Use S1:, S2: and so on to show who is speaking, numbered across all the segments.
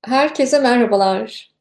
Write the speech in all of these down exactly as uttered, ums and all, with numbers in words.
S1: Herkese merhabalar.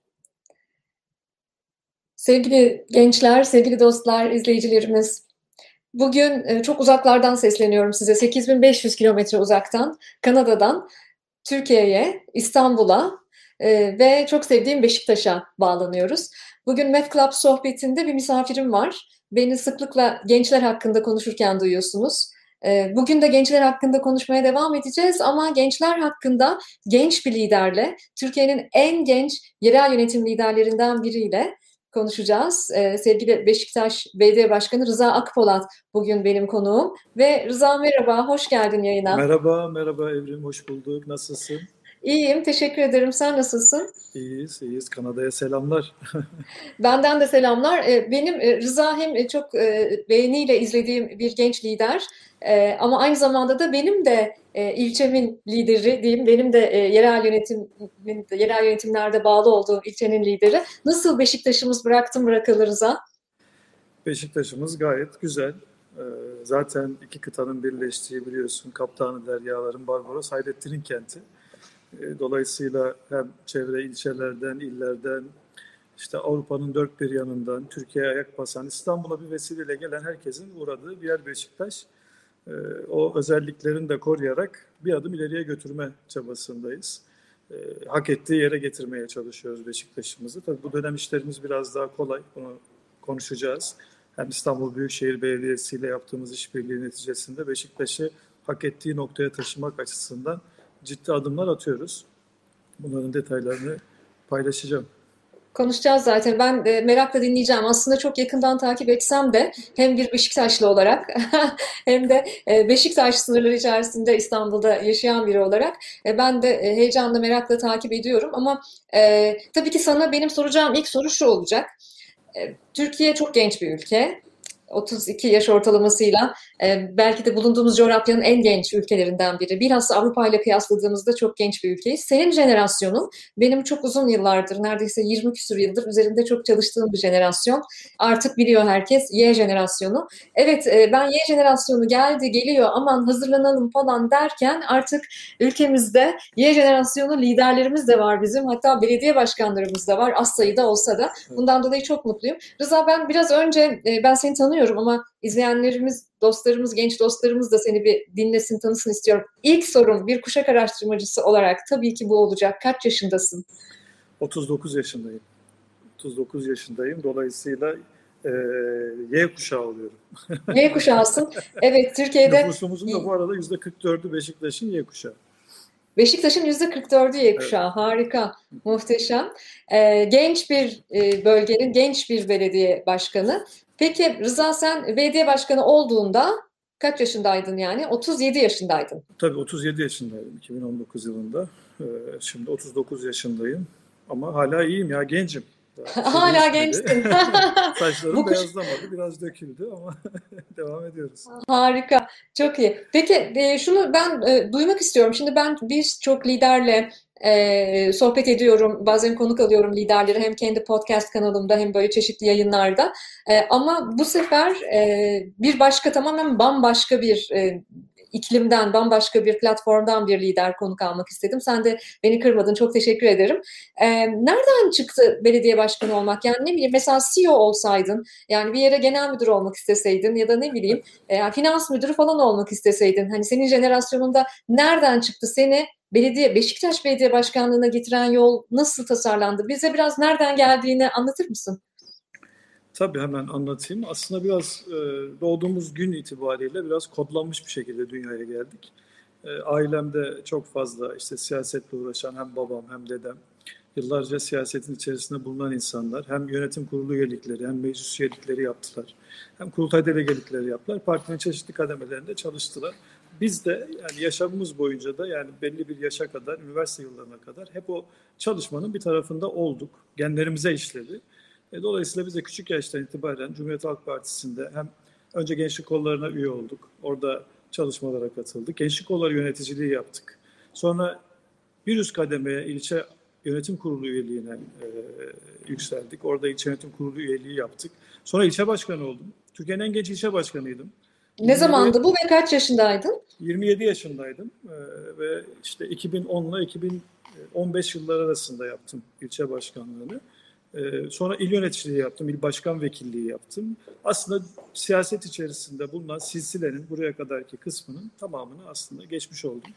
S1: Sevgili gençler, sevgili dostlar, izleyicilerimiz. Bugün e, çok uzaklardan sesleniyorum size. sekiz bin beş yüz kilometre uzaktan, Kanada'dan Türkiye'ye, İstanbul'a e, ve çok sevdiğim Beşiktaş'a bağlanıyoruz. Bugün Math Club sohbetinde bir misafirim var. Beni sıklıkla gençler hakkında konuşurken duyuyorsunuz. E, Bugün de gençler hakkında konuşmaya devam edeceğiz ama gençler hakkında genç bir liderle, Türkiye'nin en genç yerel yönetim liderlerinden biriyle konuşacağız. Ee, sevgili Beşiktaş Belediye Başkanı Rıza Akpolat bugün benim konuğum. Ve Rıza merhaba, hoş geldin yayına.
S2: Merhaba, merhaba Evrim, hoş bulduk. Nasılsın?
S1: İyiyim, teşekkür ederim. Sen nasılsın?
S2: İyiyiz, iyiyiz. Kanada'ya selamlar.
S1: Benden de selamlar. Ee, Benim e, Rıza hem e, çok e, beğeniyle izlediğim bir genç lider e, ama aynı zamanda da benim de e, ilçemin lideri diyeyim, benim de e, yerel yönetimin, yerel yönetimlerde bağlı olduğum ilçenin lideri. Nasıl Beşiktaş'ımız bıraktım bırakalı Rıza?
S2: Beşiktaş'ımız gayet güzel. Ee, zaten iki kıtanın birleştiği biliyorsun Kaptanı Deryaların Barbaros Hayrettin'in kenti. Ee, dolayısıyla hem çevre ilçelerden, illerden, işte Avrupa'nın dört bir yanından, Türkiye'ye ayak basan, İstanbul'a bir vesileyle gelen herkesin uğradığı bir yer Beşiktaş. Ee, o özelliklerini de koruyarak bir adım ileriye götürme çabasındayız. Ee, hak ettiği yere getirmeye çalışıyoruz Beşiktaş'ımızı. Tabii bu dönem işlerimiz biraz daha kolay, bunu konuşacağız. Hem İstanbul Büyükşehir Belediyesi ile yaptığımız işbirliği neticesinde Beşiktaş'ı hak ettiği noktaya taşımak açısından ciddi adımlar atıyoruz. Bunların detaylarını paylaşacağım.
S1: Konuşacağız zaten. Ben e, merakla dinleyeceğim. Aslında çok yakından takip etsem de hem bir Beşiktaşlı olarak hem de e, Beşiktaş sınırları içerisinde İstanbul'da yaşayan biri olarak e, ben de e, heyecanla, merakla takip ediyorum. Ama e, tabii ki sana benim soracağım ilk soru şu olacak. E, Türkiye çok genç bir ülke. otuz iki yaş ortalamasıyla e, belki de bulunduğumuz coğrafyanın en genç ülkelerinden biri. Bilhassa Avrupa ile kıyasladığımızda çok genç bir ülkeyiz. Senin jenerasyonun benim çok uzun yıllardır, neredeyse yirmi küsur yıldır üzerinde çok çalıştığım bir jenerasyon. Artık biliyor herkes Y jenerasyonu. Evet, e, ben Y jenerasyonu geldi, geliyor, aman hazırlanalım falan derken artık ülkemizde Y jenerasyonu liderlerimiz de var bizim. Hatta belediye başkanlarımız da var, az sayıda olsa da. Bundan dolayı çok mutluyum. Rıza, ben biraz önce, e, ben seni tanıyorum ama izleyenlerimiz, dostlarımız, genç dostlarımız da seni bir dinlesin, tanısın istiyorum. İlk sorum bir kuşak araştırmacısı olarak tabii ki bu olacak. Kaç yaşındasın?
S2: otuz dokuz yaşındayım. otuz dokuz yaşındayım. Dolayısıyla e, Y kuşağı oluyorum.
S1: Y kuşağısın. Evet, Türkiye'de
S2: Nüfusumuzun da bu arada yüzde kırk dördü Beşiktaş'ın Y kuşağı.
S1: Beşiktaş'ın yüzde kırk dördü Y
S2: Evet.
S1: kuşağı. Harika, muhteşem. Ee, genç bir e, bölgenin genç bir belediye başkanı. Peki Rıza, sen belediye başkanı olduğunda kaç yaşındaydın yani? otuz yedi yaşındaydın.
S2: Tabii otuz yedi yaşındaydım iki bin on dokuz yılında. Ee, şimdi otuz dokuz yaşındayım. Ama hala iyiyim ya, gencim. Daha bir şey
S1: Hala
S2: değişmedi.
S1: gençsin.
S2: Saçlarım
S1: Bu kuş
S2: beyazlamadı, biraz döküldü ama devam ediyoruz.
S1: harika, çok iyi. Peki e, şunu ben e, duymak istiyorum. Şimdi ben birçok liderle e, sohbet ediyorum. Bazen konuk alıyorum liderleri hem kendi podcast kanalımda hem böyle çeşitli yayınlarda. E, ama bu sefer e, bir başka tamamen bambaşka bir e, iklimden, bambaşka bir platformdan bir lider konuk almak istedim. Sen de beni kırmadın. Çok teşekkür ederim. E, nereden çıktı belediye başkanı olmak? Yani ne bileyim mesela C E O olsaydın, yani bir yere genel müdür olmak isteseydin ya da ne bileyim e, finans müdürü falan olmak isteseydin, hani senin jenerasyonunda nereden çıktı seni belediye Beşiktaş Belediye Başkanlığı'na getiren yol nasıl tasarlandı? Bize biraz nereden geldiğini anlatır mısın?
S2: Tabii hemen anlatayım. Aslında biraz e, doğduğumuz gün itibariyle biraz kodlanmış bir şekilde dünyaya geldik. E, ailemde çok fazla işte siyasetle uğraşan hem babam hem dedem, yıllarca siyasetin içerisinde bulunan insanlar hem yönetim kurulu üyelikleri hem meclis üyelikleri yaptılar. Hem kurultay delegelikleri yaptılar. Partinin çeşitli kademelerinde çalıştılar. Biz de yani yaşamımız boyunca da yani belli bir yaşa kadar, üniversite yıllarına kadar hep o çalışmanın bir tarafında olduk. Genlerimize işledi. E, dolayısıyla biz de küçük yaştan itibaren Cumhuriyet Halk Partisi'nde hem önce gençlik kollarına üye olduk. Orada çalışmalara katıldık. Gençlik kolları yöneticiliği yaptık. Sonra bir üst kademeye ilçe yönetim kurulu üyeliğine e, yükseldik. Orada ilçe yönetim kurulu üyeliği yaptık. Sonra ilçe başkanı oldum. Türkiye'nin en genç ilçe başkanıydım.
S1: Ne
S2: yirmi yedi,
S1: zamandı bu ve kaç yaşındaydın?
S2: yirmi yedi yaşındaydım. E, ve işte iki bin on ile iki bin on beş yıllar arasında yaptım ilçe başkanlığını. Sonra il yöneticiliği yaptım, il başkan vekilliği yaptım. Aslında siyaset içerisinde bulunan silsilenin buraya kadarki kısmının tamamını aslında geçmiş oldum.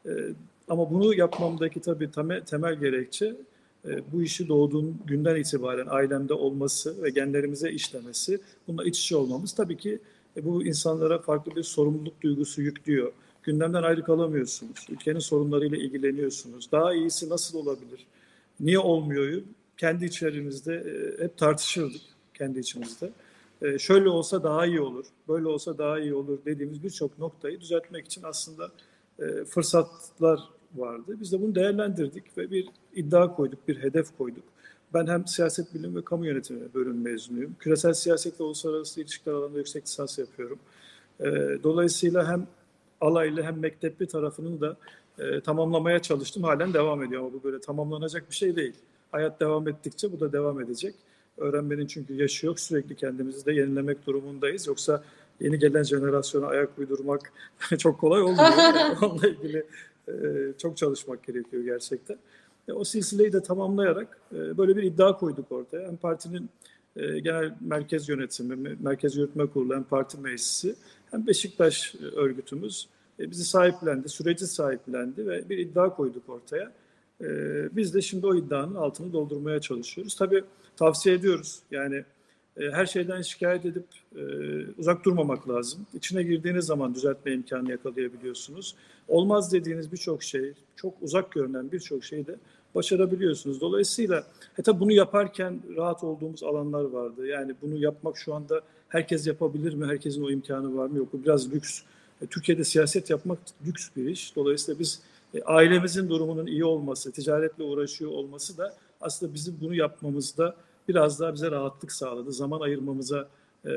S2: Ama bunu yapmamdaki tabii temel gerekçe bu işi doğduğum günden itibaren ailemde olması ve genlerimize işlemesi, bununla iç içe olmamız tabii ki bu insanlara farklı bir sorumluluk duygusu yüklüyor. Gündemden ayrı kalamıyorsunuz. Ülkenin sorunlarıyla ilgileniyorsunuz. Daha iyisi nasıl olabilir? Niye olmuyor? Kendi içerimizde hep tartışırdık kendi içimizde. Şöyle olsa daha iyi olur, böyle olsa daha iyi olur dediğimiz birçok noktayı düzeltmek için aslında fırsatlar vardı. Biz de bunu değerlendirdik ve bir iddia koyduk, bir hedef koyduk. Ben hem siyaset bilimi ve kamu yönetimi bölüm mezunuyum. Küresel siyaset ve uluslararası ilişkiler alanında yüksek lisans yapıyorum. Dolayısıyla hem alaylı hem mektepli tarafını da tamamlamaya çalıştım. Halen devam ediyor ama bu böyle tamamlanacak bir şey değil. Hayat devam ettikçe bu da devam edecek. Öğrenmenin çünkü yaşı yok. Sürekli kendimizi de yenilemek durumundayız. Yoksa yeni gelen jenerasyona ayak uydurmak çok kolay olmuyor. Onunla ilgili çok çalışmak gerekiyor gerçekten. O silsileyi de tamamlayarak böyle bir iddia koyduk ortaya. Hem partinin genel merkez yönetimi, merkez yürütme kurulu, hem parti meclisi, hem Beşiktaş örgütümüz bizi sahiplendi, süreci sahiplendi ve bir iddia koyduk ortaya. Biz de şimdi o iddianın altını doldurmaya çalışıyoruz. Tabii tavsiye ediyoruz. Yani her şeyden şikayet edip uzak durmamak lazım. İçine girdiğiniz zaman düzeltme imkanı yakalayabiliyorsunuz. Olmaz dediğiniz birçok şey, çok uzak görünen birçok şeyi de başarabiliyorsunuz. Dolayısıyla e tabii bunu yaparken rahat olduğumuz alanlar vardı. Yani bunu yapmak şu anda herkes yapabilir mi? Herkesin o imkanı var mı? Yok. Bu biraz lüks. Türkiye'de siyaset yapmak lüks bir iş. Dolayısıyla biz ailemizin durumunun iyi olması, ticaretle uğraşıyor olması da aslında bizim bunu yapmamızda biraz daha bize rahatlık sağladı. Zaman ayırmamıza e,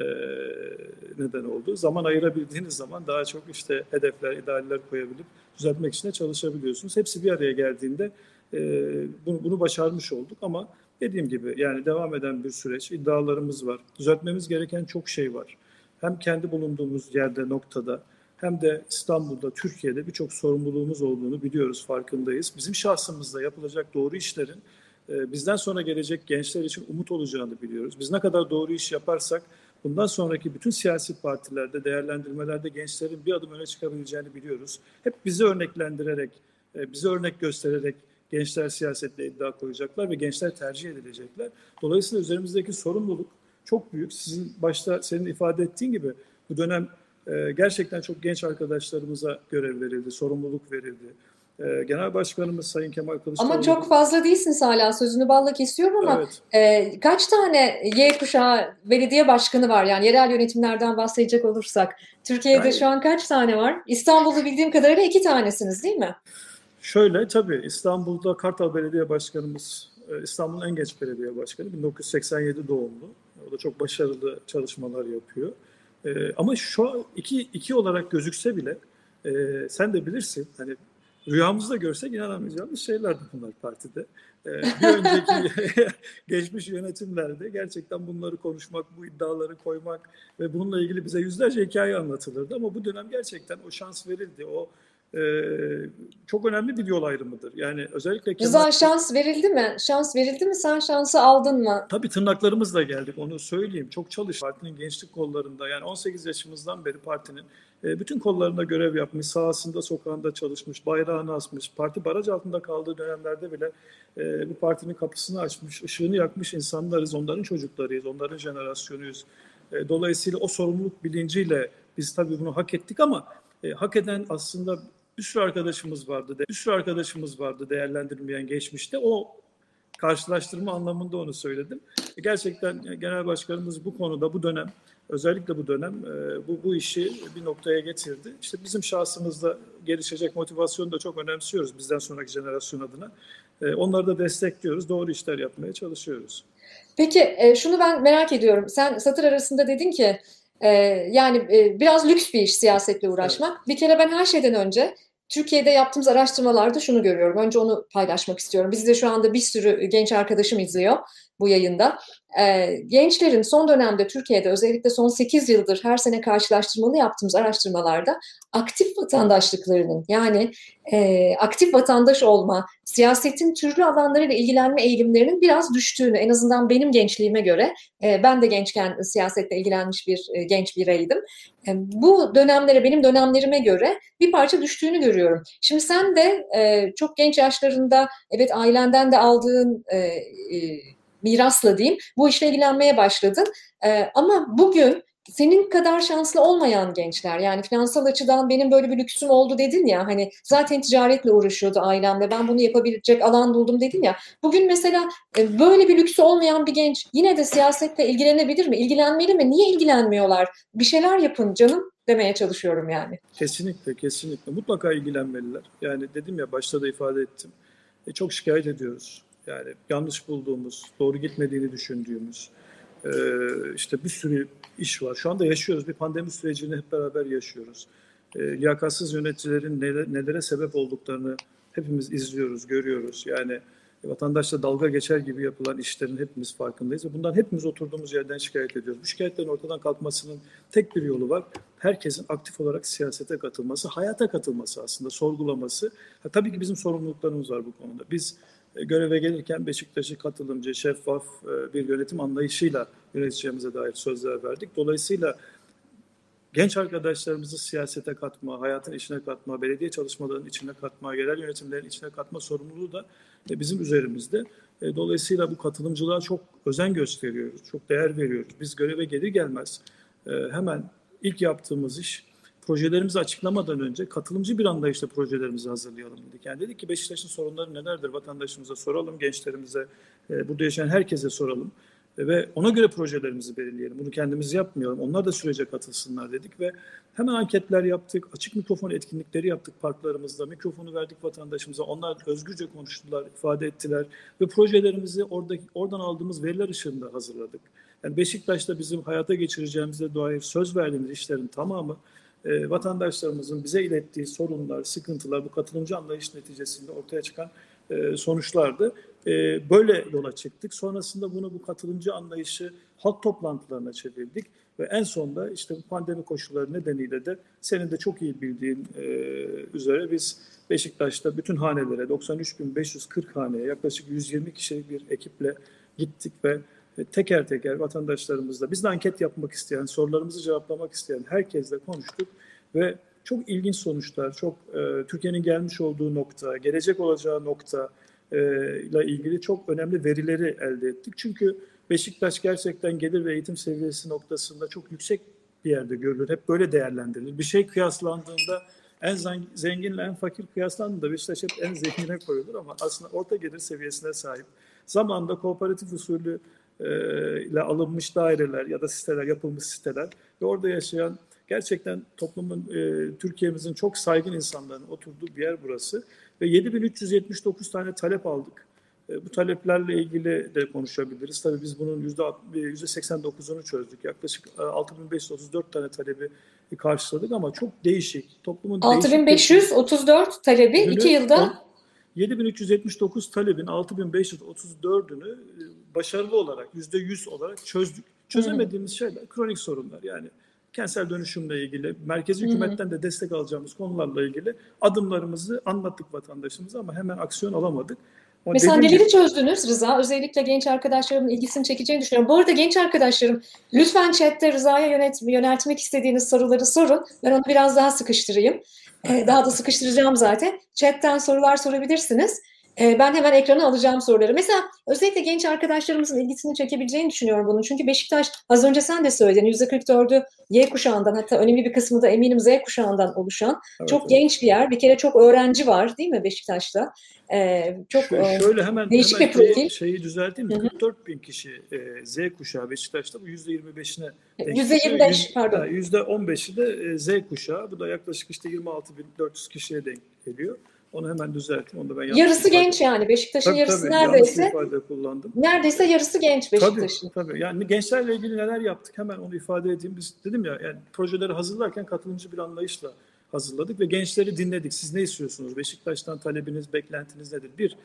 S2: neden oldu. Zaman ayırabildiğiniz zaman daha çok işte hedefler, idealler koyabilip düzeltmek için de çalışabiliyorsunuz. Hepsi bir araya geldiğinde e, bunu, bunu başarmış olduk ama dediğim gibi yani devam eden bir süreç, iddialarımız var. Düzeltmemiz gereken çok şey var. Hem kendi bulunduğumuz yerde, noktada, hem de İstanbul'da, Türkiye'de birçok sorumluluğumuz olduğunu biliyoruz, farkındayız. Bizim şahsımızda yapılacak doğru işlerin bizden sonra gelecek gençler için umut olacağını biliyoruz. Biz ne kadar doğru iş yaparsak bundan sonraki bütün siyasi partilerde, değerlendirmelerde gençlerin bir adım öne çıkabileceğini biliyoruz. Hep bizi örneklendirerek, bize örnek göstererek gençler siyasetle iddia koyacaklar ve gençler tercih edilecekler. Dolayısıyla üzerimizdeki sorumluluk çok büyük. Sizin başta senin ifade ettiğin gibi bu dönem gerçekten çok genç arkadaşlarımıza görev verildi, sorumluluk verildi. Genel Başkanımız Sayın Kemal Kılıçdaroğlu...
S1: Ama çok fazla değilsiniz hala, sözünü balla kesiyorum ama evet. e, kaç tane Y kuşağı belediye başkanı var? Yani yerel yönetimlerden bahsedecek olursak. Türkiye'de yani, şu an kaç tane var? İstanbul'da bildiğim kadarıyla iki tanesiniz değil mi?
S2: Şöyle tabii İstanbul'da Kartal Belediye Başkanımız İstanbul'un en genç belediye başkanı. bin dokuz yüz seksen yedi doğumlu. O da çok başarılı çalışmalar yapıyor. Ee, ama şu an iki, iki olarak gözükse bile e, sen de bilirsin hani rüyamızda görsek inanamayacağımız şeylerdi bunlar partide. Ee, bir önceki geçmiş yönetimlerde gerçekten bunları konuşmak, bu iddiaları koymak ve bununla ilgili bize yüzlerce hikaye anlatılırdı. Ama bu dönem gerçekten o şans verildi. O e, çok önemli bir yol ayrımıdır. Yani özellikle
S1: Kemal... Rıza şans verildi mi? Şans verildi mi? Sen şansı aldın mı?
S2: Tabii tırnaklarımızla geldik, onu söyleyeyim. Çok çalış. Partinin gençlik kollarında yani on sekiz yaşımızdan beri partinin bütün kollarında görev yapmış, sahasında, sokağında çalışmış, bayrağını asmış, parti baraj altında kaldığı dönemlerde bile bu partinin kapısını açmış, ışığını yakmış insanlarız, onların çocuklarıyız, onların jenerasyonuyuz. Dolayısıyla o sorumluluk bilinciyle biz tabii bunu hak ettik ama hak eden aslında bir sürü arkadaşımız vardı, bir sürü arkadaşımız vardı değerlendirilmeyen geçmişte. O karşılaştırma anlamında onu söyledim. Gerçekten Genel Başkanımız bu konuda, bu dönem, özellikle bu dönem bu, bu işi bir noktaya getirdi. İşte bizim şahsımızda gelişecek motivasyonu da çok önemsiyoruz bizden sonraki jenerasyon adına. Onları da destekliyoruz, doğru işler yapmaya çalışıyoruz.
S1: Peki şunu ben merak ediyorum. Sen satır arasında dedin ki yani biraz lüks bir iş siyasetle uğraşmak. Evet. Bir kere ben her şeyden önce Türkiye'de yaptığımız araştırmalarda şunu görüyorum. Önce onu paylaşmak istiyorum. Bizi de şu anda bir sürü genç arkadaşım izliyor bu yayında. e, gençlerin son dönemde Türkiye'de özellikle son sekiz yıldır her sene karşılaştırmalı yaptığımız araştırmalarda aktif vatandaşlıklarının yani e, aktif vatandaş olma, siyasetin türlü alanlarıyla ilgilenme eğilimlerinin biraz düştüğünü en azından benim gençliğime göre e, ben de gençken siyasetle ilgilenmiş bir e, genç bireydim. E, bu dönemlere benim dönemlerime göre bir parça düştüğünü görüyorum. Şimdi sen de e, çok genç yaşlarında evet ailenden de aldığın e, e, mirasla diyeyim bu işle ilgilenmeye başladın. E, ama bugün senin kadar şanslı olmayan gençler yani finansal açıdan benim böyle bir lüksüm oldu dedin ya hani zaten ticaretle uğraşıyordu ailemle ben bunu yapabilecek alan buldum dedin ya. Bugün mesela e, böyle bir lüksü olmayan bir genç yine de siyasetle ilgilenebilir mi? İlgilenmeli mi? Niye ilgilenmiyorlar? Bir şeyler yapın canım demeye çalışıyorum yani.
S2: Kesinlikle, kesinlikle. Mutlaka ilgilenmeliler. Yani dedim ya başta da ifade ettim. E, çok şikayet ediyoruz. Yani yanlış bulduğumuz, doğru gitmediğini düşündüğümüz, e, işte bir sürü iş var. Şu anda yaşıyoruz. Bir pandemi sürecini hep beraber yaşıyoruz. E, liyakatsız yöneticilerin nelere, nelere sebep olduklarını hepimiz izliyoruz, görüyoruz. Yani vatandaşla dalga geçer gibi yapılan işlerin hepimiz farkındayız ve bundan hepimiz oturduğumuz yerden şikayet ediyoruz. Bu şikayetlerin ortadan kalkmasının tek bir yolu var. Herkesin aktif olarak siyasete katılması, hayata katılması aslında, sorgulaması. Ha, tabii ki bizim sorumluluklarımız var bu konuda. Biz e, göreve gelirken Beşiktaş'ı katılımcı, şeffaf e, bir yönetim anlayışıyla yöneteceğimize dair sözler verdik. Dolayısıyla genç arkadaşlarımızı siyasete katma, hayatın içine katma, belediye çalışmalarının içine katma, yerel yönetimlerin içine katma sorumluluğu da bizim üzerimizde. Dolayısıyla bu katılımcılığa çok özen gösteriyoruz, çok değer veriyoruz. Biz göreve gelir gelmez hemen ilk yaptığımız iş projelerimizi açıklamadan önce katılımcı bir anlayışla projelerimizi hazırlayalım dedik. Yani dedik ki Beşiktaş'ın sorunları nelerdir vatandaşımıza soralım, gençlerimize, burada yaşayan herkese soralım. Ve ona göre projelerimizi belirleyelim. Bunu kendimiz yapmayalım. Onlar da sürece katılsınlar dedik ve hemen anketler yaptık. Açık mikrofon etkinlikleri yaptık parklarımızda. Mikrofonu verdik vatandaşımıza. Onlar özgürce konuştular, ifade ettiler ve projelerimizi oradaki, oradan aldığımız veriler ışığında hazırladık. Yani Beşiktaş'ta bizim hayata geçireceğimize dair söz verdiğimiz işlerin tamamı e, vatandaşlarımızın bize ilettiği sorunlar, sıkıntılar, bu katılımcı anlayış neticesinde ortaya çıkan e, sonuçlardı. E, böyle yola çıktık. Sonrasında bunu bu katılımcı anlayışı halk toplantılarına çevirdik ve en sonunda işte bu pandemi koşulları nedeniyle de senin de çok iyi bildiğin e, üzere biz Beşiktaş'ta bütün hanelere doksan üç bin beş yüz kırk haneye yaklaşık yüz yirmi kişilik bir ekiple gittik ve teker teker vatandaşlarımızla biz de anket yapmak isteyen, sorularımızı cevaplamak isteyen herkesle konuştuk ve çok ilginç sonuçlar, çok e, Türkiye'nin gelmiş olduğu nokta, gelecek olacağı nokta ile ilgili çok önemli verileri elde ettik. Çünkü Beşiktaş gerçekten gelir ve eğitim seviyesi noktasında çok yüksek bir yerde görülür. Hep böyle değerlendirilir. Bir şey kıyaslandığında en zenginle en fakir kıyaslandığında Beşiktaş hep en zengine koyulur ama aslında orta gelir seviyesine sahip. Zamanında kooperatif usulü e, ile alınmış daireler ya da siteler, yapılmış siteler ve orada yaşayan gerçekten toplumun, e, Türkiye'mizin çok saygın insanların oturduğu bir yer burası. Ve yedi bin üç yüz yetmiş dokuz tane talep aldık. E, bu taleplerle ilgili de konuşabiliriz. Tabii biz bunun yüzde seksen dokuzunu çözdük. Yaklaşık altı bin beş yüz otuz dört tane talebi karşıladık ama çok değişik. Toplumun
S1: altı bin beş yüz otuz dört talebi iki yılda
S2: yedi bin üç yüz yetmiş dokuz talebin altı bin beş yüz otuz dördünü başarılı olarak, yüzde yüz olarak çözdük. Çözemediğimiz şeyler kronik sorunlar. Yani kentsel dönüşümle ilgili, merkezi hükümetten de destek alacağımız konularla ilgili adımlarımızı anlattık vatandaşımıza ama hemen aksiyon alamadık. Ama
S1: mesela neleri
S2: gibi,
S1: çözdünüz Rıza? Özellikle genç arkadaşlarımın ilgisini çekeceğini düşünüyorum. Bu arada genç arkadaşlarım lütfen chatte Rıza'ya yönet, yöneltmek istediğiniz soruları sorun. Ben onu biraz daha sıkıştırayım. Ee, daha da sıkıştıracağım zaten. Chatten sorular sorabilirsiniz. Ee, ben hemen ekrana alacağım soruları. Mesela özellikle genç arkadaşlarımızın ilgisini çekebileceğini düşünüyorum bunun. Çünkü Beşiktaş az önce sen de söyledin yüzde kırk dördü Y kuşağından hatta önemli bir kısmı da eminim Z kuşağından oluşan
S2: evet,
S1: çok
S2: evet.
S1: genç bir yer. Bir kere çok öğrenci var değil mi Beşiktaş'ta? Ee, çok
S2: şöyle, şöyle hemen,
S1: değişik
S2: hemen
S1: bir profil.
S2: şeyi, şeyi düzelteyim.
S1: Hı hı.
S2: kırk dört bin kişi e, Z kuşağı Beşiktaş'ta bu yüzde yirmi beşine denk
S1: yüzde yirmi beş pardon.
S2: yüzde on beşi de e, Z kuşağı. Bu da yaklaşık işte yirmi altı bin dört yüz kişiye denk geliyor. Onu hemen düzelteyim. Onu da ben
S1: yarısı
S2: ifade...
S1: genç yani. Beşiktaş'ın
S2: tabii,
S1: yarısı
S2: tabii,
S1: neredeyse.
S2: yanlış bir ifade kullandım.
S1: Neredeyse yarısı genç Beşiktaş'ın.
S2: Tabii, tabii. Yani gençlerle ilgili neler yaptık hemen onu ifade edeyim. Biz dedim ya yani projeleri hazırlarken katılımcı bir anlayışla hazırladık ve gençleri dinledik. Siz ne istiyorsunuz? Beşiktaş'tan talebiniz, beklentiniz nedir? Bir,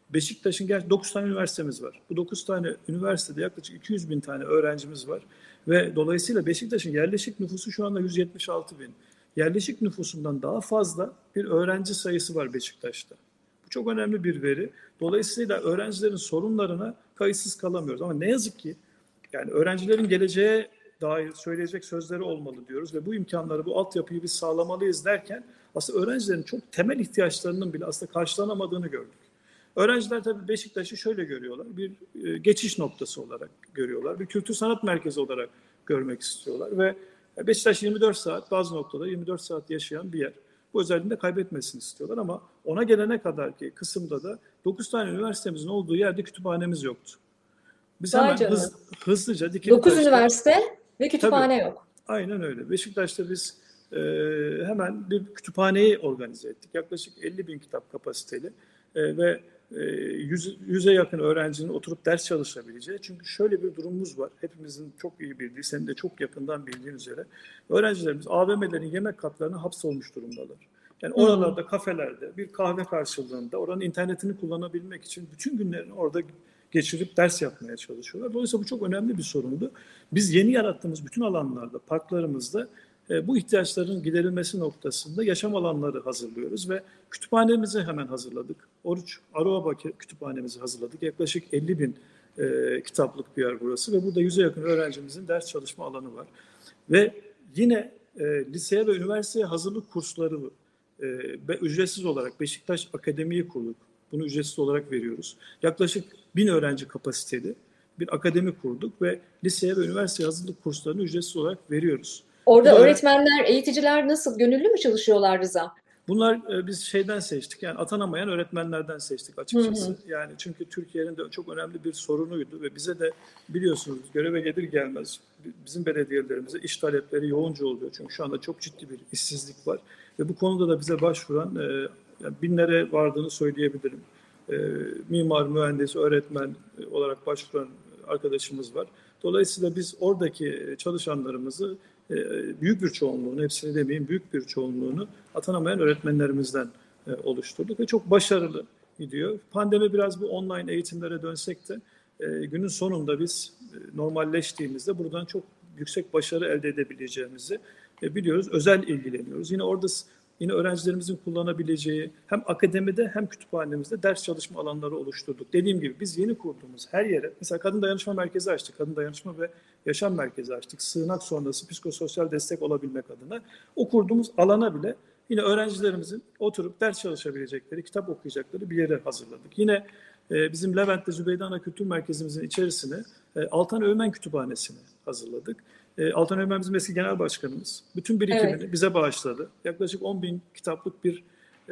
S2: Beşiktaş'ın gerçi dokuz tane üniversitemiz var. Bu dokuz tane üniversitede yaklaşık iki yüz bin tane öğrencimiz var. Ve dolayısıyla Beşiktaş'ın yerleşik nüfusu şu anda yüz yetmiş altı bin. Yerleşik nüfusundan daha fazla bir öğrenci sayısı var Beşiktaş'ta. Bu çok önemli bir veri. Dolayısıyla öğrencilerin sorunlarına kayıtsız kalamıyoruz. Ama ne yazık ki yani öğrencilerin geleceğe dair söyleyecek sözleri olmalı diyoruz ve bu imkanları, bu altyapıyı biz sağlamalıyız derken aslında öğrencilerin çok temel ihtiyaçlarının bile aslında karşılanamadığını gördük. Öğrenciler tabii Beşiktaş'ı şöyle görüyorlar, bir e, geçiş noktası olarak görüyorlar, bir kültür sanat merkezi olarak görmek istiyorlar ve Beşiktaş yirmi dört saat, bazı noktada yirmi dört saat yaşayan bir yer. Bu özelliğini de kaybetmesini istiyorlar ama ona gelene kadar ki kısımda da dokuz tane üniversitemizin olduğu yerde kütüphanemiz yoktu. Biz
S1: Vay
S2: hemen
S1: canına.
S2: hız, hızlıca
S1: dokuz
S2: Dikilitaş'ta,
S1: üniversite ve
S2: tabii
S1: kütüphane yok.
S2: aynen öyle. Beşiktaş'ta biz e, hemen bir kütüphaneyi organize ettik. Yaklaşık elli bin kitap kapasiteli e, ve e, yüz, yüze yakın öğrencinin oturup ders çalışabileceği. Çünkü şöyle bir durumumuz var. Hepimizin çok iyi bildiği, senin de çok yakından bildiğin üzere. Öğrencilerimiz A V M'lerin yemek katlarına hapsolmuş durumdalar. Yani oralarda, kafelerde bir kahve karşılığında oranın internetini kullanabilmek için bütün günlerini orada geçirip ders yapmaya çalışıyorlar. Dolayısıyla bu çok önemli bir sorundu. Biz yeni yarattığımız bütün alanlarda, parklarımızda e, bu ihtiyaçların giderilmesi noktasında yaşam alanları hazırlıyoruz ve kütüphanemizi hemen hazırladık. Oruç Aruaba kütüphanemizi hazırladık. Yaklaşık elli bin e, kitaplık bir yer burası ve burada yüze yakın öğrencimizin ders çalışma alanı var. Ve yine e, liseye ve üniversiteye hazırlık kursları e, ve ücretsiz olarak Beşiktaş Akademi'yi kurduk. Bunu ücretsiz olarak veriyoruz. Yaklaşık bin öğrenci kapasiteli bir akademi kurduk ve liseye ve üniversite hazırlık kurslarını ücretsiz olarak veriyoruz.
S1: Orada
S2: Bu
S1: öğretmenler, eğiticiler nasıl? Gönüllü mü çalışıyorlar Rıza?
S2: Bunlar e, biz şeyden seçtik, yani atanamayan öğretmenlerden seçtik açıkçası. Hı hı. Yani çünkü Türkiye'nin de çok önemli bir sorunuydu ve bize de biliyorsunuz göreve gelir gelmez bizim belediyelerimize iş talepleri yoğunca oluyor. Çünkü şu anda çok ciddi bir işsizlik var ve bu konuda da bize başvuran e, yani binlere vardığını söyleyebilirim. E, mimar, mühendis, öğretmen olarak başvuran arkadaşımız var. Dolayısıyla biz oradaki çalışanlarımızı büyük bir çoğunluğunu, hepsini demeyeyim, büyük bir çoğunluğunu atanamayan öğretmenlerimizden oluşturduk ve çok başarılı gidiyor. Pandemi biraz bu online eğitimlere dönsek de günün sonunda biz normalleştiğimizde buradan çok yüksek başarı elde edebileceğimizi biliyoruz. Özel ilgileniyoruz. Yine orada yine öğrencilerimizin kullanabileceği hem akademide hem kütüphanemizde ders çalışma alanları oluşturduk. Dediğim gibi biz yeni kurduğumuz her yere, mesela Kadın Dayanışma Merkezi açtık, Kadın Dayanışma ve Yaşam Merkezi açtık. Sığınak sonrası psikososyal destek olabilmek adına. O kurduğumuz alana bile yine öğrencilerimizin oturup ders çalışabilecekleri, kitap okuyacakları bir yere hazırladık. Yine e, bizim Levent'te Zübeyde Ana Kültür Merkezimizin içerisine e, Altan Öğmen Kütüphanesi'ni hazırladık. E, Altan Öğmen bizim eski genel başkanımız. Bütün birikimini evet. bize bağışladı. Yaklaşık on bin kitaplık bir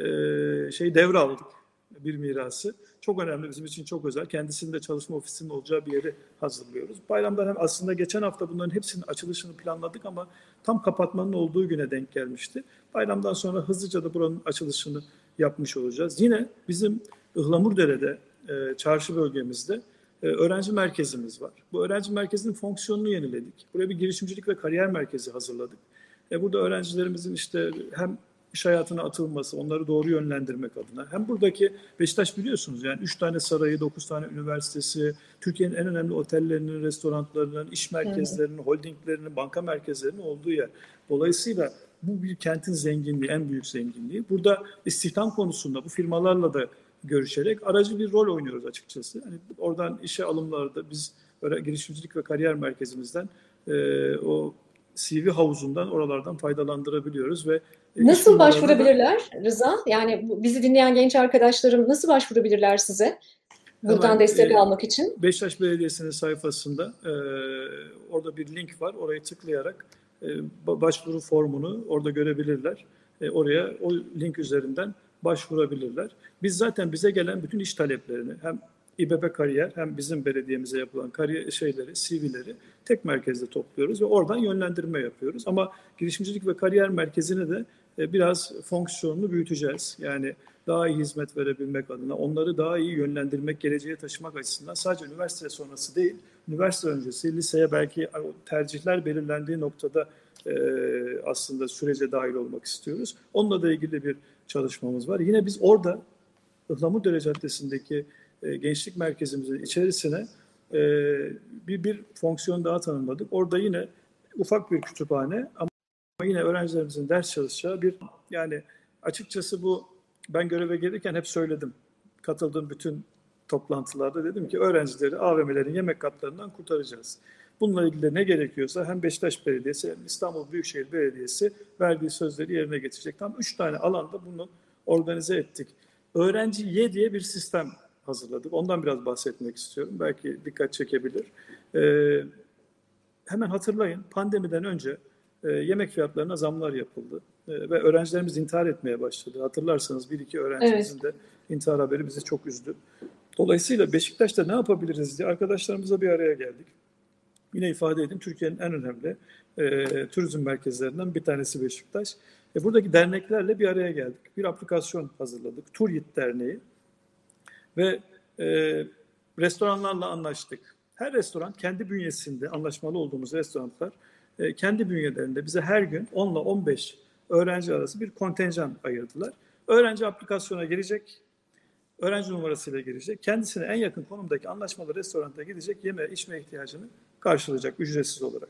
S2: e, şey devraldık, bir mirası. Çok önemli, bizim için çok özel. Kendisinin de çalışma ofisinin olacağı bir yeri hazırlıyoruz. Bayramdan hem aslında geçen hafta bunların hepsinin açılışını planladık ama tam kapatmanın olduğu güne denk gelmişti. Bayramdan sonra hızlıca da buranın açılışını yapmış olacağız. Yine bizim Ihlamurdere'de, e, çarşı bölgemizde e, öğrenci merkezimiz var. Bu öğrenci merkezinin fonksiyonunu yeniledik. Buraya bir girişimcilik ve kariyer merkezi hazırladık. E, burada öğrencilerimizin işte hem iş hayatına atılması, onları doğru yönlendirmek adına. Hem buradaki Beşiktaş biliyorsunuz yani üç tane sarayı, dokuz tane üniversitesi, Türkiye'nin en önemli otellerinin, restoranlarının, iş merkezlerinin, holdinglerinin, banka merkezlerinin olduğu yer. Dolayısıyla bu bir kentin zenginliği, en büyük zenginliği. Burada istihdam konusunda bu firmalarla da görüşerek aracı bir rol oynuyoruz açıkçası. Yani oradan işe alımlarda biz böyle girişimcilik ve kariyer merkezimizden e, o C V havuzundan, oralardan faydalandırabiliyoruz ve
S1: nasıl başvurabilirler Rıza? Yani bizi dinleyen genç arkadaşlarım nasıl başvurabilirler size? Buradan hemen destek e, almak için.
S2: Beşiktaş Belediyesi'nin sayfasında e, orada bir link var. Orayı tıklayarak e, başvuru formunu orada görebilirler. E, oraya o link üzerinden başvurabilirler. Biz zaten bize gelen bütün iş taleplerini hem İBB Kariyer hem bizim belediyemize yapılan kariyer şeyleri, C V'leri tek merkezde topluyoruz ve oradan yönlendirme yapıyoruz. Ama girişimcilik ve kariyer merkezine de biraz fonksiyonunu büyüteceğiz. Yani daha iyi hizmet verebilmek adına, onları daha iyi yönlendirmek, geleceğe taşımak açısından sadece üniversite sonrası değil, üniversite öncesi, liseye belki tercihler belirlendiği noktada e, aslında sürece dahil olmak istiyoruz. Onunla da ilgili bir çalışmamız var. Yine biz orada Ihlamurdere Caddesi'ndeki e, gençlik merkezimizin içerisine e, bir, bir fonksiyon daha tanımladık. Orada yine ufak bir kütüphane ama yine öğrencilerimizin ders çalışacağı bir, yani açıkçası bu, ben göreve gelirken hep söyledim. Katıldığım bütün toplantılarda dedim ki öğrencileri A V M'lerin yemek katlarından kurtaracağız. Bununla ilgili ne gerekiyorsa hem Beşiktaş Belediyesi hem İstanbul Büyükşehir Belediyesi verdiği sözleri yerine getirecek. Tam üç tane alanda bunu organize ettik. Öğrenci Ye diye bir sistem hazırladık. Ondan biraz bahsetmek istiyorum. Belki dikkat çekebilir. Ee, hemen hatırlayın, pandemiden önce e, yemek fiyatlarına zamlar yapıldı. E, ve öğrencilerimiz intihar etmeye başladı. Hatırlarsanız bir iki
S1: Evet.
S2: öğrencimizin de intihar haberi bizi çok üzdü. Dolayısıyla Beşiktaş'ta ne yapabiliriz diye arkadaşlarımızla bir araya geldik. Yine ifade edeyim, Türkiye'nin en önemli e, turizm merkezlerinden bir tanesi Beşiktaş. E, buradaki derneklerle bir araya geldik. Bir aplikasyon hazırladık. Turyit Derneği ve e, restoranlarla anlaştık. Her restoran kendi bünyesinde, anlaşmalı olduğumuz restoranlar e, kendi bünyelerinde bize her gün on ile on beş öğrenci arası bir kontenjan ayırdılar. Öğrenci aplikasyona girecek, öğrenci numarasıyla girecek, kendisine en yakın konumdaki anlaşmalı restoranta gidecek, yeme içme ihtiyacını karşılayacak ücretsiz olarak.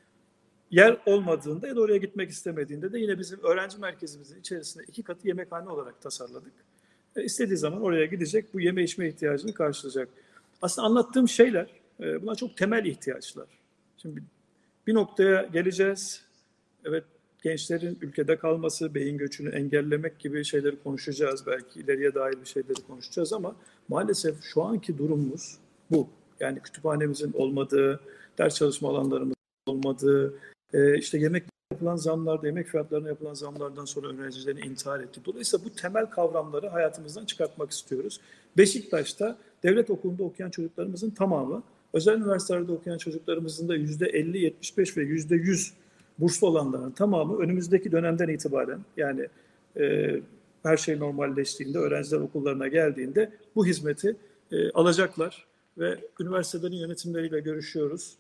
S2: Yer olmadığında ya da oraya gitmek istemediğinde de yine bizim öğrenci merkezimizin içerisinde iki katı yemekhane olarak tasarladık. E, istediği zaman oraya gidecek, bu yeme içme ihtiyacını karşılayacak. Aslında anlattığım şeyler, e, bunlar çok temel ihtiyaçlar. Şimdi bir noktaya geleceğiz. Evet, gençlerin ülkede kalması, beyin göçünü engellemek gibi şeyleri konuşacağız. Belki ileriye dair bir şeyleri konuşacağız ama maalesef şu anki durumumuz bu. Yani kütüphanemizin olmadığı, ders çalışma alanlarımızın olmadığı, e, işte yemek yapılan zamlarda, yemek fiyatlarına yapılan zamlardan sonra öğrencilerin intihar etti. Dolayısıyla bu temel kavramları hayatımızdan çıkartmak istiyoruz. Beşiktaş'ta devlet okulunda okuyan çocuklarımızın tamamı, özel üniversitelerde okuyan çocuklarımızın da yüzde elli, yetmiş beş ve yüzde yüz burslu olanların tamamı önümüzdeki dönemden itibaren, yani e, her şey normalleştiğinde, öğrenciler okullarına geldiğinde bu hizmeti e, alacaklar ve üniversitelerin yönetimleriyle görüşüyoruz.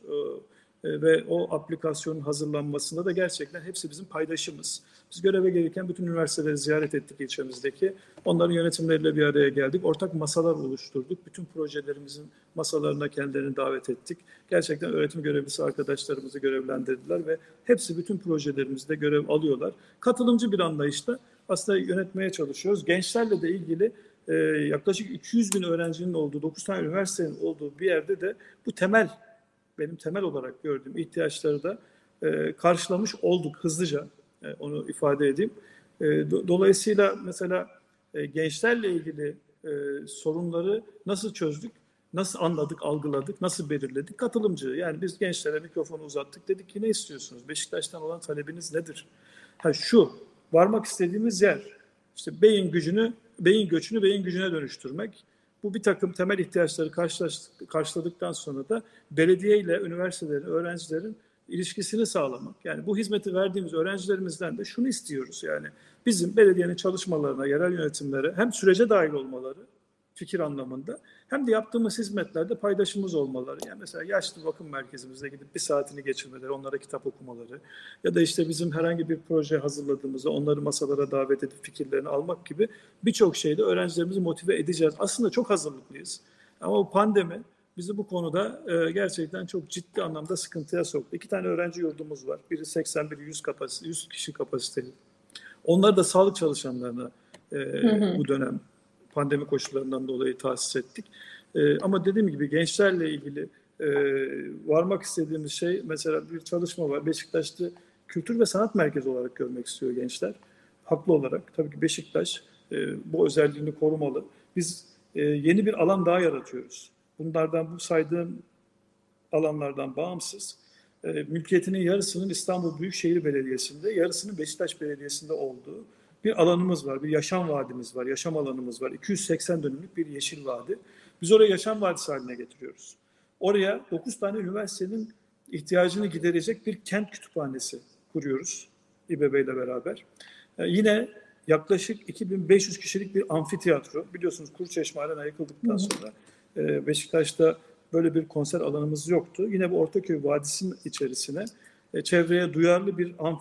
S2: E, ve o aplikasyonun hazırlanmasında da gerçekten hepsi bizim paydaşımız. Biz göreve gelirken bütün üniversiteleri ziyaret ettik ilçemizdeki. Onların yönetimleriyle bir araya geldik. Ortak masalar oluşturduk. Bütün projelerimizin masalarına kendilerini davet ettik. Gerçekten öğretim görevlisi arkadaşlarımızı görevlendirdiler ve hepsi bütün projelerimizde görev alıyorlar. Katılımcı bir anlayışla aslında yönetmeye çalışıyoruz. Gençlerle de ilgili e, yaklaşık iki yüz bin öğrencinin olduğu, dokuz tane üniversitenin olduğu bir yerde de bu temel, benim temel olarak gördüğüm ihtiyaçları da e, karşılamış olduk hızlıca, e, onu ifade edeyim. E, do, dolayısıyla mesela e, gençlerle ilgili e, sorunları nasıl çözdük, nasıl anladık, algıladık, nasıl belirledik? Katılımcı, yani biz gençlere mikrofonu uzattık, dedik ki ne istiyorsunuz? Beşiktaş'tan olan talebiniz nedir? Ha şu, varmak istediğimiz yer, işte beyin gücünü, beyin göçünü beyin gücüne dönüştürmek. Bu bir takım temel ihtiyaçları karşıladıktan sonra da belediye ile üniversitelerin, öğrencilerin ilişkisini sağlamak. Yani bu hizmeti verdiğimiz öğrencilerimizden de şunu istiyoruz. Yani bizim belediyenin çalışmalarına, yerel yönetimlere hem sürece dahil olmaları, fikir anlamında, hem de yaptığımız hizmetlerde paydaşımız olmaları. Yani mesela yaşlı bakım merkezimizde gidip bir saatini geçirmeleri, onlara kitap okumaları ya da işte bizim herhangi bir proje hazırladığımızda onları masalara davet edip fikirlerini almak gibi birçok şeyde öğrencilerimizi motive edeceğiz. Aslında çok hazırlıklıyız. Ama bu pandemi bizi bu konuda e, gerçekten çok ciddi anlamda sıkıntıya soktu. İki tane öğrenci yurdumuz var. Biri seksen, biri yüz, kapasite, yüz kişi kapasiteli. Onları da sağlık çalışanlarına e,
S1: Hı hı.
S2: bu dönem pandemi koşullarından dolayı tahsis ettik. E, ama dediğim gibi gençlerle ilgili e, varmak istediğimiz şey, mesela bir çalışma var. Beşiktaş'ta kültür ve sanat merkezi olarak görmek istiyor gençler. Haklı olarak. Tabii ki Beşiktaş e, bu özelliğini korumalı. Biz e, yeni bir alan daha yaratıyoruz. Bunlardan, bu saydığım alanlardan bağımsız, e, mülkiyetinin yarısının İstanbul Büyükşehir Belediyesi'nde, yarısının Beşiktaş Belediyesi'nde olduğu bir alanımız var, bir yaşam vadimiz var, yaşam alanımız var. iki yüz seksen dönümlük bir yeşil vadi. Biz orayı yaşam vadisi haline getiriyoruz. Oraya dokuz tane üniversitenin ihtiyacını giderecek bir kent kütüphanesi kuruyoruz İBB ile beraber. Ee, yine yaklaşık iki bin beş yüz kişilik bir amfiteyatro. Biliyorsunuz Kuruçeşme Arena yıkıldıktan sonra e, Beşiktaş'ta böyle bir konser alanımız yoktu. Yine bu Ortaköy Vadisi'nin içerisine e, çevreye duyarlı bir amfi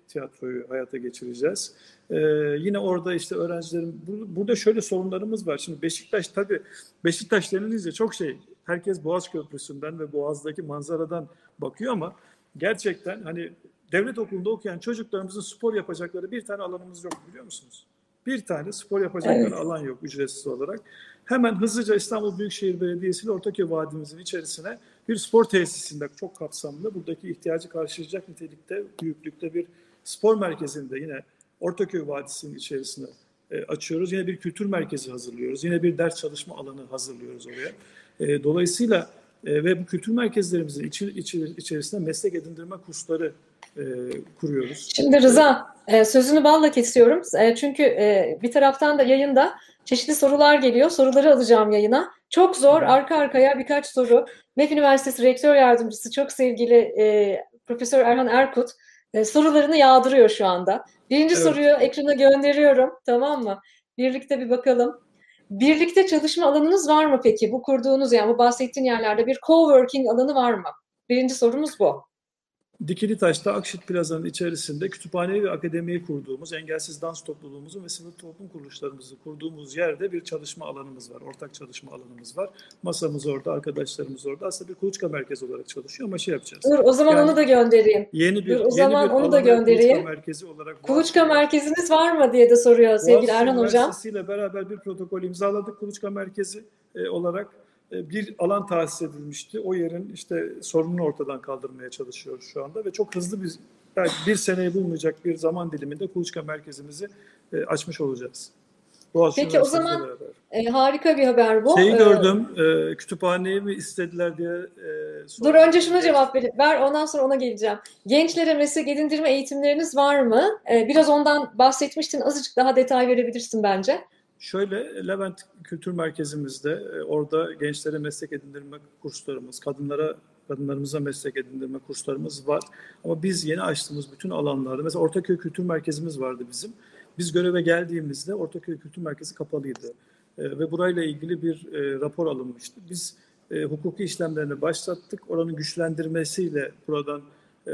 S2: tiyatroyu hayata geçireceğiz. Ee, yine orada işte öğrencilerin, bu, burada şöyle sorunlarımız var. Şimdi Beşiktaş, tabii Beşiktaş denilince çok şey, herkes Boğaz Köprüsü'nden ve Boğaz'daki manzaradan bakıyor ama gerçekten hani devlet okulunda okuyan çocuklarımızın spor yapacakları bir tane alanımız yok, biliyor musunuz? Bir tane spor yapacakları
S1: Evet.
S2: alan yok ücretsiz olarak. Hemen hızlıca İstanbul Büyükşehir Belediyesi ile Ortaköy Vadimizin içerisine bir spor tesisinde çok kapsamlı, buradaki ihtiyacı karşılayacak nitelikte, büyüklükte bir spor merkezinde yine Ortaköy Vadisi'nin içerisine e, açıyoruz. Yine bir kültür merkezi hazırlıyoruz. Yine bir ders çalışma alanı hazırlıyoruz oraya. E, dolayısıyla e, ve bu kültür merkezlerimizin içi, içi, içerisinde meslek edindirme kursları e, kuruyoruz.
S1: Şimdi Rıza, e, sözünü balla kesiyorum. E, çünkü e, bir taraftan da yayında çeşitli sorular geliyor. Soruları alacağım yayına. Çok zor, arka arkaya birkaç soru. M E F Üniversitesi Rektör Yardımcısı çok sevgili e, Profesör Erhan Erkut e, sorularını yağdırıyor şu anda. Birinci
S2: Evet.
S1: soruyu ekrana gönderiyorum, tamam mı? Birlikte bir bakalım. Birlikte çalışma alanınız var mı peki? Bu kurduğunuz, yani bu bahsettiğin yerlerde bir coworking alanı var mı? Birinci sorumuz bu.
S2: Dikilitaş'ta Akşit Plaza'nın içerisinde kütüphaneyi ve akademiyi kurduğumuz, engelsiz dans topluluğumuzun ve sivil toplum kuruluşlarımızı kurduğumuz yerde bir çalışma alanımız var. Ortak çalışma alanımız var. Masamız orada, arkadaşlarımız orada. Aslında bir kuluçka merkezi olarak çalışıyor ama şey yapacağız.
S1: Dur o zaman
S2: Yani
S1: onu da göndereyim.
S2: yeni bir
S1: Dur o
S2: yeni
S1: zaman
S2: bir
S1: onu da
S2: alanı kuluçka
S1: göndereyim.
S2: merkezi olarak
S1: Kuluçka
S2: Boğaziçi
S1: merkeziniz var mı diye de soruyor sevgili
S2: Boğaziçi
S1: Erhan Hocam.
S2: Üniversitesi ile beraber bir protokol imzaladık. Kuluçka merkezi e, olarak e, bir alan tahsis edilmişti. O yerin işte sorununu ortadan kaldırmaya çalışıyoruz şu anda ve çok hızlı bir, belki bir seneyi bulmayacak bir zaman diliminde Kuluçka merkezimizi e, açmış olacağız. Boğaziçi
S1: Peki o
S2: Üniversitesi ile
S1: zaman
S2: beraber.
S1: e, harika bir haber bu.
S2: Şeyi
S1: Ee,
S2: gördüm, e, kütüphaneyi mi istediler diye e,
S1: dur
S2: sordum.
S1: önce şuna cevap ver, ver ondan sonra ona geleceğim. Gençlere meslek edindirme eğitimleriniz var mı? Ee, biraz ondan bahsetmiştin. Azıcık daha detay verebilirsin bence.
S2: Şöyle, Levent Kültür Merkezimizde e, orada gençlere meslek edindirme kurslarımız, kadınlara kadınlarımıza meslek edindirme kurslarımız var. Ama biz yeni açtığımız bütün alanlarda, mesela Ortaköy Kültür Merkezimiz vardı bizim. Biz göreve geldiğimizde Ortaköy Kültür Merkezi kapalıydı. E, ve burayla ilgili bir e, rapor alınmıştı. Biz e, hukuki işlemlerini başlattık. Oranın güçlendirmesiyle buradan e,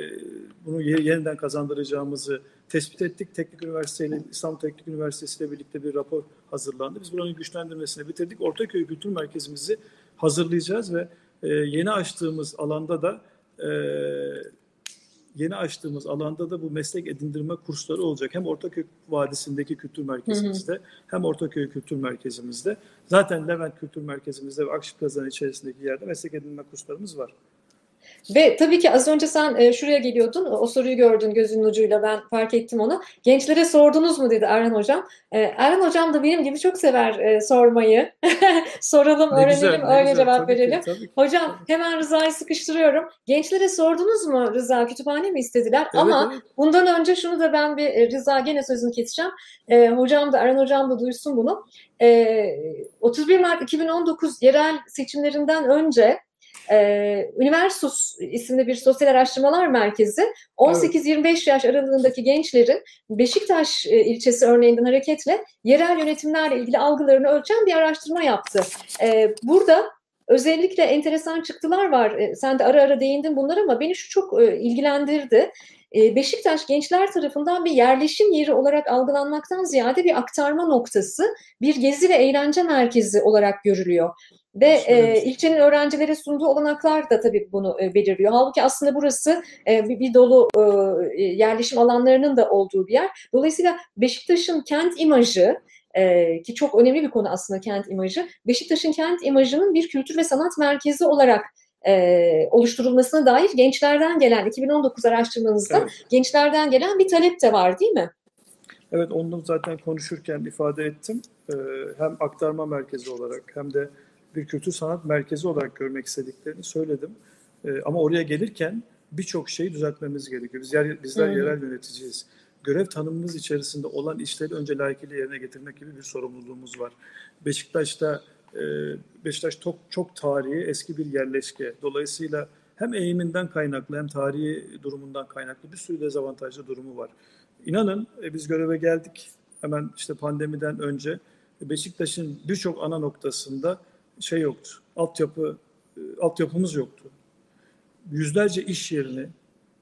S2: bunu yeniden kazandıracağımızı tespit ettik. Teknik Üniversite ile İstanbul Teknik Üniversitesi ile birlikte bir rapor hazırlandı. Biz buranın güçlendirmesini bitirdik. Ortaköy Kültür Merkezimizi hazırlayacağız ve e, yeni açtığımız alanda da e, yeni açtığımız alanda da bu meslek edindirme kursları olacak. Hem Ortaköy Vadisi'ndeki kültür merkezimizde hı hı. hem Ortaköy Kültür Merkezimizde. Zaten Levent Kültür Merkezimizde ve Akşit Plaza'nın içerisindeki yerde meslek edindirme kurslarımız var.
S1: Ve tabii ki az önce sen e, şuraya geliyordun, o soruyu gördün gözünün ucuyla, ben fark ettim onu. Gençlere sordunuz mu dedi Erhan Hocam. E, Erhan Hocam da benim gibi çok sever e, sormayı. Soralım,
S2: ne
S1: öğrenelim,
S2: güzel,
S1: öyle
S2: güzel.
S1: cevap
S2: Tabii
S1: verelim.
S2: ki, tabii ki,
S1: Hocam
S2: tabii.
S1: hemen Rıza'yı sıkıştırıyorum. Gençlere sordunuz mu Rıza, kütüphane mi istediler?
S2: Evet,
S1: Ama
S2: evet.
S1: bundan önce şunu da ben bir, e, Rıza gene sözünü keseceğim. E, hocam da, Erhan Hocam da duysun bunu. E, otuz bir Mart iki bin on dokuz yerel seçimlerinden önce Ee, Üniversus isimli bir sosyal araştırmalar merkezi on sekiz yirmi beş yaş aralığındaki gençlerin Beşiktaş e, ilçesi örneğinden hareketle yerel yönetimlerle ilgili algılarını ölçen bir araştırma yaptı. Ee, burada özellikle enteresan çıktılar var. Ee, sen de ara ara değindin bunlar ama beni şu çok e, ilgilendirdi. Ee, Beşiktaş gençler tarafından bir yerleşim yeri olarak algılanmaktan ziyade bir aktarma noktası, bir gezi ve eğlence merkezi olarak görülüyor. Ve e, ilçenin öğrencilere sunduğu olanaklar da tabii bunu e, belirliyor. Halbuki aslında burası e, bir, bir dolu e, yerleşim alanlarının da olduğu bir yer. Dolayısıyla Beşiktaş'ın kent imajı, e, ki çok önemli bir konu aslında kent imajı, Beşiktaş'ın kent imajının bir kültür ve sanat merkezi olarak e, oluşturulmasına dair gençlerden gelen, iki bin on dokuz araştırmanızda evet. gençlerden gelen bir talep de var değil mi?
S2: Evet, onu zaten konuşurken ifade ettim. Ee, hem aktarma merkezi olarak hem de bir kültür sanat merkezi olarak görmek istediklerini söyledim. Ee, ama oraya gelirken birçok şeyi düzeltmemiz gerekiyor. Biz yer, bizler hı hı. yerel yöneticiyiz. Görev tanımımız içerisinde olan işleri önce layıkıyla yerine getirmek gibi bir sorumluluğumuz var. Beşiktaş'ta e, Beşiktaş çok, çok tarihi, eski bir yerleşke. Dolayısıyla hem eğiminden kaynaklı hem tarihi durumundan kaynaklı bir sürü dezavantajlı durumu var. İnanın e, biz göreve geldik hemen işte pandemiden önce. Beşiktaş'ın birçok ana noktasında şey yoktu, altyapı, altyapımız yoktu. Yüzlerce iş yerini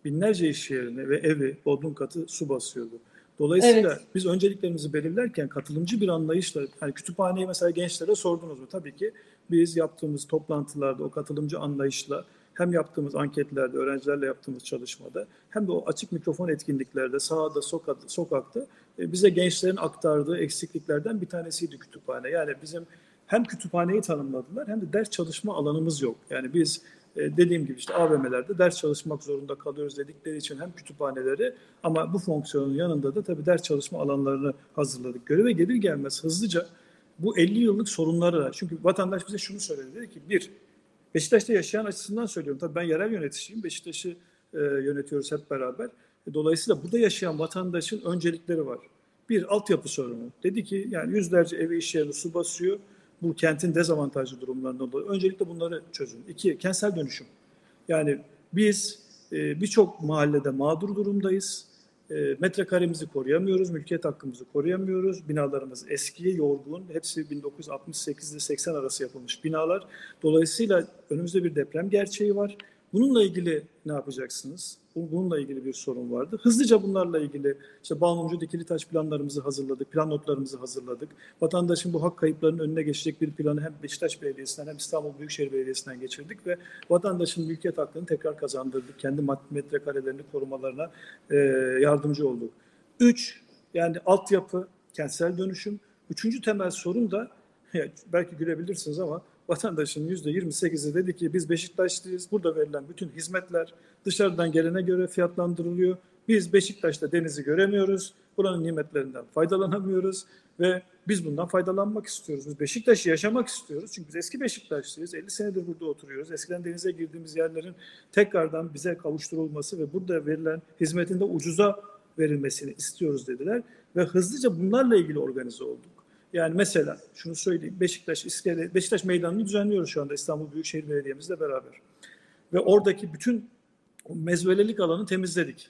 S2: binlerce iş yerini ve evi, bodrum katı su basıyordu. Dolayısıyla
S1: Evet.
S2: biz önceliklerimizi belirlerken katılımcı bir anlayışla, yani kütüphaneyi mesela gençlere sordunuz mu? Tabii ki biz yaptığımız toplantılarda o katılımcı anlayışla hem yaptığımız anketlerde, öğrencilerle yaptığımız çalışmada hem de o açık mikrofon etkinliklerde, sahada, sokakta, sokakta e, bize gençlerin aktardığı eksikliklerden bir tanesiydi kütüphane. Yani bizim hem kütüphaneyi tanımladılar hem de ders çalışma alanımız yok. Yani biz e, dediğim gibi işte A V M'lerde ders çalışmak zorunda kalıyoruz dedikleri için hem kütüphaneleri ama bu fonksiyonun yanında da tabii ders çalışma alanlarını hazırladık. Göreve gelir gelmez hızlıca bu elli yıllık sorunları, çünkü vatandaş bize şunu söyledi, dedi ki bir, Beşiktaş'ta yaşayan açısından söylüyorum. Tabii ben yerel yöneticiyim. Beşiktaş'ı e, yönetiyoruz hep beraber. E, dolayısıyla burada yaşayan vatandaşın öncelikleri var. Bir, altyapı sorunu. Dedi ki yani yüzlerce evi iş yerini su basıyor. Bu kentin dezavantajlı durumlarından dolayı. Öncelikle bunları çözün. İki, kentsel dönüşüm. Yani biz e, birçok mahallede mağdur durumdayız. E, metrekaremizi koruyamıyoruz, mülkiyet hakkımızı koruyamıyoruz. Binalarımız eski, yorgun. Hepsi bin dokuz yüz altmış sekiz ile seksen arası yapılmış binalar. Dolayısıyla önümüzde bir deprem gerçeği var. Bununla ilgili ne yapacaksınız? Bununla ilgili bir sorun vardı. Hızlıca bunlarla ilgili işte Balmumcu dikili taş planlarımızı hazırladık, plan notlarımızı hazırladık. Vatandaşın bu hak kayıplarının önüne geçecek bir planı hem Beşiktaş Belediyesi'nden hem İstanbul Büyükşehir Belediyesi'nden geçirdik ve vatandaşın mülkiyet hakkını tekrar kazandırdık. Kendi metrekarelerini korumalarına e, yardımcı olduk. Üç, yani altyapı, kentsel dönüşüm. Üçüncü temel sorun da, belki gülebilirsiniz ama vatandaşın yüzde yirmi sekizi dedi ki biz Beşiktaşlıyız. Burada verilen bütün hizmetler dışarıdan gelene göre fiyatlandırılıyor. Biz Beşiktaş'ta denizi göremiyoruz. Buranın nimetlerinden faydalanamıyoruz ve biz bundan faydalanmak istiyoruz. Biz Beşiktaş'ı yaşamak istiyoruz. Çünkü biz eski Beşiktaşlıyız. elli senedir burada oturuyoruz. Eskiden denize girdiğimiz yerlerin tekrardan bize kavuşturulması ve burada verilen hizmetin de ucuza verilmesini istiyoruz dediler. Ve hızlıca bunlarla ilgili organize olduk. Yani mesela şunu söyleyeyim, Beşiktaş İskele, Beşiktaş Meydanı'nı düzenliyoruz şu anda İstanbul Büyükşehir Belediye'mizle beraber. Ve oradaki bütün mezvelelik alanı temizledik.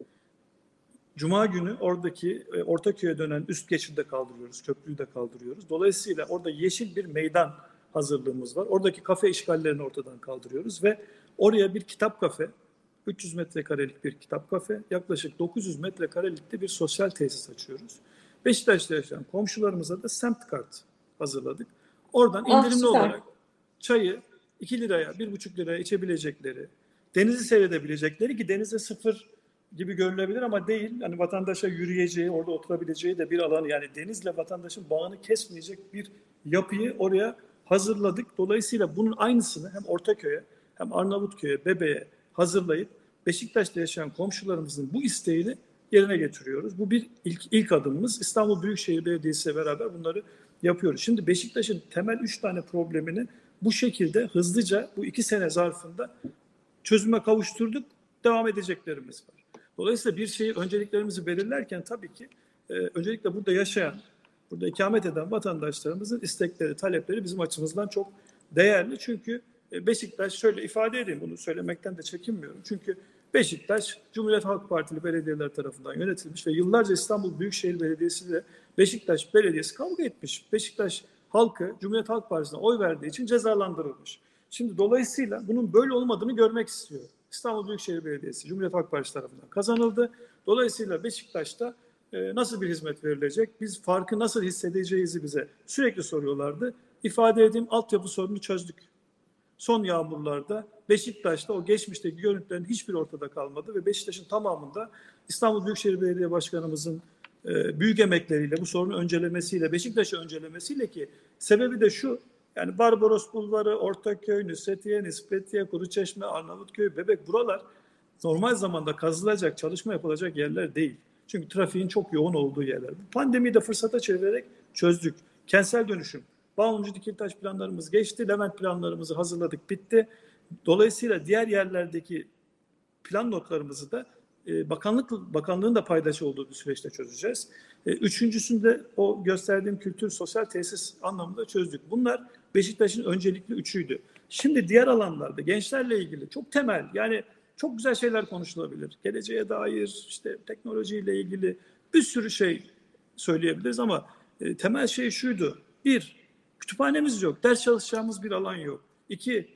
S2: Cuma günü oradaki e, Ortaköy'e dönen üst geçidi de kaldırıyoruz, köprüyü de kaldırıyoruz. Dolayısıyla orada yeşil bir meydan hazırlığımız var. Oradaki kafe işgallerini ortadan kaldırıyoruz ve oraya bir kitap kafe, üç yüz metrekarelik bir kitap kafe, yaklaşık dokuz yüz metrekarelikte bir sosyal tesis açıyoruz. Beşiktaş'ta yaşayan komşularımıza da semt kart hazırladık. Oradan
S1: Ah,
S2: indirimli
S1: süper.
S2: olarak çayı iki liraya, bir buçuk liraya içebilecekleri, denizi seyredebilecekleri, ki denize sıfır gibi görülebilir ama değil. Yani vatandaşa yürüyeceği, orada oturabileceği de bir alan, yani denizle vatandaşın bağını kesmeyecek bir yapıyı oraya hazırladık. Dolayısıyla bunun aynısını hem Ortaköy'e hem Arnavutköy'e, Bebe'ye hazırlayıp Beşiktaş'ta yaşayan komşularımızın bu isteğini yerine getiriyoruz. Bu bir ilk, ilk adımımız. İstanbul Büyükşehir Belediyesi ile beraber bunları yapıyoruz. Şimdi Beşiktaş'ın temel üç tane problemini bu şekilde hızlıca bu iki sene zarfında çözüme kavuşturduk. Devam edeceklerimiz var. Dolayısıyla bir şeyi, önceliklerimizi belirlerken tabii ki e, öncelikle burada yaşayan, burada ikamet eden vatandaşlarımızın istekleri, talepleri bizim açımızdan çok değerli. Çünkü e, Beşiktaş, şöyle ifade edeyim, bunu söylemekten de çekinmiyorum. Çünkü Beşiktaş, Cumhuriyet Halk Partili belediyeler tarafından yönetilmiş ve yıllarca İstanbul Büyükşehir Belediyesi ile Beşiktaş Belediyesi kavga etmiş. Beşiktaş halkı Cumhuriyet Halk Partisi'ne oy verdiği için cezalandırılmış. Şimdi dolayısıyla bunun böyle olmadığını görmek istiyor. İstanbul Büyükşehir Belediyesi Cumhuriyet Halk Partisi tarafından kazanıldı. Dolayısıyla Beşiktaş'ta e, nasıl bir hizmet verilecek, biz farkı nasıl hissedeceğizi bize sürekli soruyorlardı. İfade edeyim, altyapı sorununu çözdük. Son yağmurlarda Beşiktaş'ta o geçmişteki görüntülerin hiçbir ortada kalmadı ve Beşiktaş'ın tamamında İstanbul Büyükşehir Belediye Başkanımızın e, büyük emekleriyle, bu sorunu öncelemesiyle, Beşiktaş'ı öncelemesiyle, ki sebebi de şu, yani Barbaros Bulvarı, Ortaköy, Nusretiye, Nispetiye, Kuruçeşme, Arnavutköy, Bebek, buralar normal zamanda kazılacak, çalışma yapılacak yerler değil. Çünkü trafiğin çok yoğun olduğu yerler. Bu pandemiyi de fırsata çevirerek çözdük. Kentsel dönüşüm. Bağımcı Dikiltaş planlarımız geçti. Levent planlarımızı hazırladık, bitti. Dolayısıyla diğer yerlerdeki plan notlarımızı da e, bakanlık bakanlığın da paydaşı olduğu bir süreçte çözeceğiz. E, üçüncüsünde o gösterdiğim kültür sosyal tesis anlamında çözdük. Bunlar Beşiktaş'ın öncelikli üçüydü. Şimdi diğer alanlarda gençlerle ilgili çok temel, yani çok güzel şeyler konuşulabilir. Geleceğe dair, işte teknolojiyle ilgili bir sürü şey söyleyebiliriz ama e, temel şey şuydu. Bir, kütüphanemiz yok. Ders çalışacağımız bir alan yok. İki,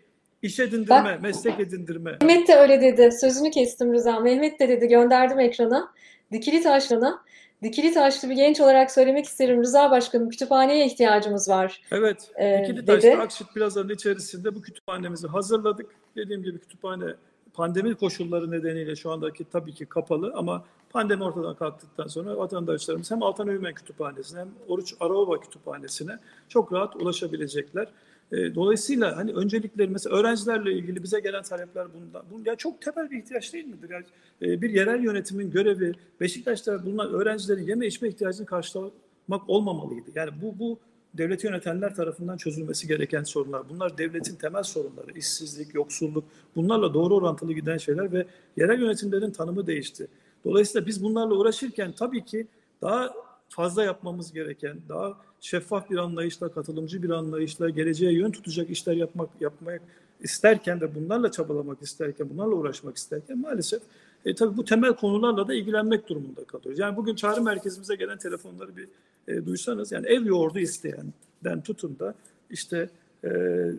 S2: İş edindirme,
S1: Bak,
S2: meslek edindirme.
S1: Mehmet de öyle dedi. Sözünü kestim Rıza. Mehmet de dedi. Gönderdim ekrana. Dikili taşlına. Dikili taşlı bir genç olarak söylemek isterim. Rıza Başkanım, kütüphaneye ihtiyacımız var
S2: Evet,
S1: e,
S2: Dikilitaş'ta
S1: dedi.
S2: Akşit Plaza'nın içerisinde bu kütüphanemizi hazırladık. Dediğim gibi kütüphane pandemi koşulları nedeniyle şu andaki tabii ki kapalı ama pandemi ortadan kalktıktan sonra vatandaşlarımız hem Altan Öğmen Kütüphanesi'ne hem Oruç Araoba Kütüphanesi'ne çok rahat ulaşabilecekler. E, Dolayısıyla hani öncelikleri mesela öğrencilerle ilgili bize gelen talepler bundan. Bu ya çok temel bir ihtiyaç değil midir? Yani, e, bir yerel yönetimin görevi Beşiktaş'ta bulunan öğrencilerin yeme içme ihtiyacını karşılamak olmamalıydı. Yani bu bu devleti yönetenler tarafından çözülmesi gereken sorunlar. Bunlar devletin temel sorunları. İşsizlik, yoksulluk, bunlarla doğru orantılı giden şeyler ve yerel yönetimlerin tanımı değişti. Dolayısıyla biz bunlarla uğraşırken tabii ki daha fazla yapmamız gereken, daha şeffaf bir anlayışla, katılımcı bir anlayışla, geleceğe yön tutacak işler yapmak yapmak isterken ve bunlarla çabalamak isterken, bunlarla uğraşmak isterken maalesef e, tabii bu temel konularla da ilgilenmek durumunda kalıyoruz. Yani bugün çağrı merkezimize gelen telefonları bir e, duysanız, yani ev yoğurdu isteyenden tutun da işte e,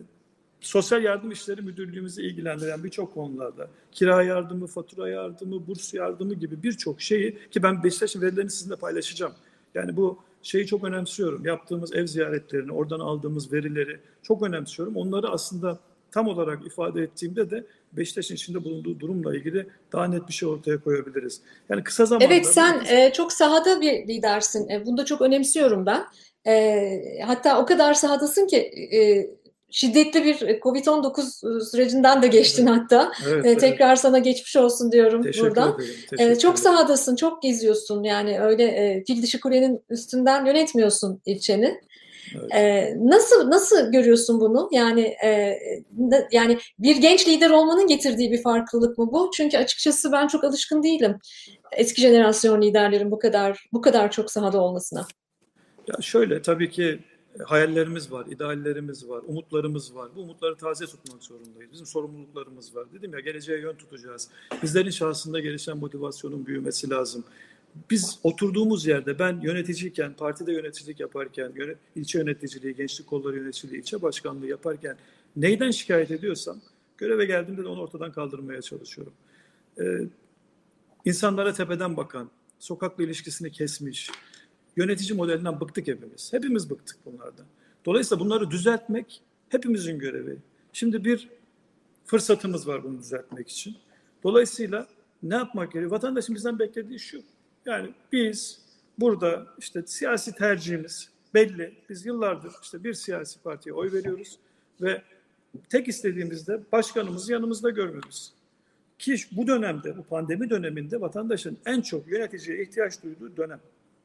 S2: Sosyal Yardım İşleri Müdürlüğümüzü ilgilendiren birçok konularda kira yardımı, fatura yardımı, burs yardımı gibi birçok şeyi, ki ben Beşiktaş'ın verilerini sizinle paylaşacağım. Yani bu şeyi çok önemsiyorum. Yaptığımız ev ziyaretlerini, oradan aldığımız verileri çok önemsiyorum. Onları aslında tam olarak ifade ettiğimde de Beşiktaş'ın içinde bulunduğu durumla ilgili daha net bir şey ortaya koyabiliriz. Yani kısa
S1: Evet,
S2: zamanda bu
S1: sen
S2: iki...
S1: e, çok sahada bir lidersin. E, bunu da çok önemsiyorum ben. E, hatta o kadar sahadasın ki e, şiddetli bir kovid on dokuz sürecinden de geçtin
S2: Evet,
S1: hatta.
S2: evet,
S1: E,
S2: evet.
S1: tekrar sana geçmiş olsun diyorum
S2: Teşekkür
S1: buradan.
S2: ederim,
S1: E,
S2: teşekkür
S1: çok
S2: ederim.
S1: sahadasın, çok geziyorsun. Yani öyle e, fil dişi kulenin üstünden yönetmiyorsun ilçeni.
S2: Evet.
S1: E, nasıl nasıl görüyorsun bunu? Yani e, na- yani bir genç lider olmanın getirdiği bir farklılık mı bu? Çünkü açıkçası ben çok alışkın değilim eski jenerasyon liderlerin bu kadar bu kadar çok sahada olmasına.
S2: Ya şöyle, tabii ki hayallerimiz var, ideallerimiz var, umutlarımız var. Bu umutları taze tutmak zorundayız. Bizim sorumluluklarımız var. Dedim ya, geleceğe yön tutacağız. Bizlerin şahsında gelişen motivasyonun büyümesi lazım. Biz oturduğumuz yerde, ben yöneticiyken, partide yöneticilik yaparken, ilçe yöneticiliği, gençlik kolları yöneticiliği, ilçe başkanlığı yaparken neyden şikayet ediyorsam göreve geldiğimde de onu ortadan kaldırmaya çalışıyorum. Ee, insanlara tepeden bakan, sokakla ilişkisini kesmiş, yönetici modelinden bıktık hepimiz. Hepimiz bıktık bunlardan. Dolayısıyla bunları düzeltmek hepimizin görevi. Şimdi bir fırsatımız var bunu düzeltmek için. Dolayısıyla ne yapmak gerekiyor? Vatandaşın bizden beklediği şu. Yani biz burada işte siyasi tercihimiz belli. Biz yıllardır işte bir siyasi partiye oy veriyoruz ve tek istediğimiz de başkanımızı yanımızda görmemiz. Ki bu dönemde, bu pandemi döneminde vatandaşın en çok yöneticiye ihtiyaç duyduğu dönem.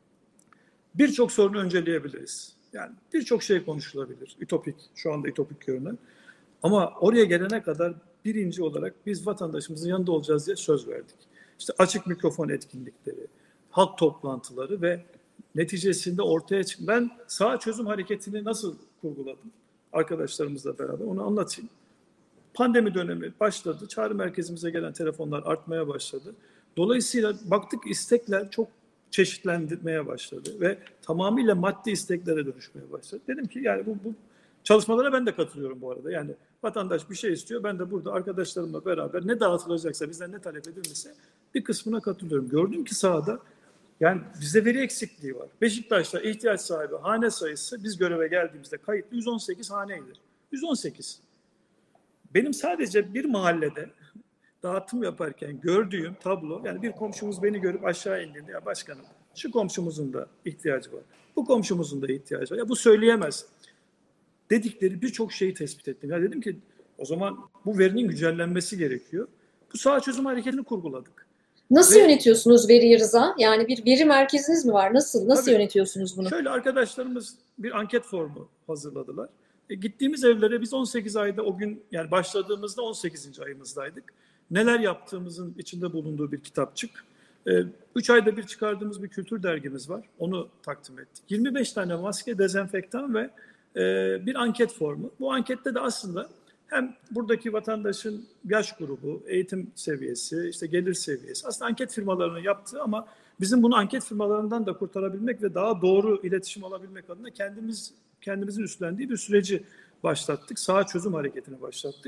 S2: Birçok sorunu önceleyebiliriz. Yani birçok şey konuşulabilir. Ütopik, şu anda ütopik görünen. Ama oraya gelene kadar birinci olarak biz vatandaşımızın yanında olacağız diye söz verdik. İşte açık mikrofon etkinlikleri, halk toplantıları ve neticesinde ortaya çıkan... Ben sağ çözüm hareketini nasıl kurguladım arkadaşlarımızla beraber, onu anlatayım. Pandemi dönemi başladı. Çağrı merkezimize gelen telefonlar artmaya başladı. Dolayısıyla baktık istekler çok çeşitlendirmeye başladı ve tamamıyla maddi isteklere dönüşmeye başladı. Dedim ki yani bu, bu çalışmalara ben de katılıyorum bu arada. Yani vatandaş bir şey istiyor. Ben de burada arkadaşlarımla beraber ne dağıtılacaksa, bizden ne talep edilmişse bir kısmına katılıyorum. Gördüm ki sahada yani bizde veri eksikliği var. Beşiktaş'ta ihtiyaç sahibi hane sayısı biz göreve geldiğimizde kayıtlı yüz on sekiz haneydi. yüz on sekiz. Benim sadece bir mahallede dağıtım yaparken gördüğüm tablo, yani bir komşumuz beni görüp aşağı indiğinde, ya başkanım şu komşumuzun da ihtiyacı var, bu komşumuzun da ihtiyacı var, ya bu söyleyemez dedikleri birçok şeyi tespit ettim. Ya dedim ki o zaman bu verinin güncellenmesi gerekiyor. Bu saha çözüm hareketini kurguladık.
S1: Nasıl
S2: Ve
S1: yönetiyorsunuz veriyi Rıza? Yani bir veri merkeziniz mi var? Nasıl nasıl
S2: tabii
S1: yönetiyorsunuz bunu?
S2: şöyle, arkadaşlarımız bir anket formu hazırladılar. E, gittiğimiz evlere biz on sekiz ayda, o gün yani başladığımızda on sekizinci ayımızdaydık. Neler yaptığımızın içinde bulunduğu bir kitapçık. E, üç ayda bir çıkardığımız bir kültür dergimiz var. Onu takdim ettik. yirmi beş tane maske, dezenfektan ve e, bir anket formu. Bu ankette de aslında hem buradaki vatandaşın yaş grubu, eğitim seviyesi, işte gelir seviyesi, aslında anket firmalarının yaptığı, ama bizim bunu anket firmalarından da kurtarabilmek ve daha doğru iletişim alabilmek adına kendimiz kendimizin üstlendiği bir süreci başlattık. Saha çözüm hareketini başlattık.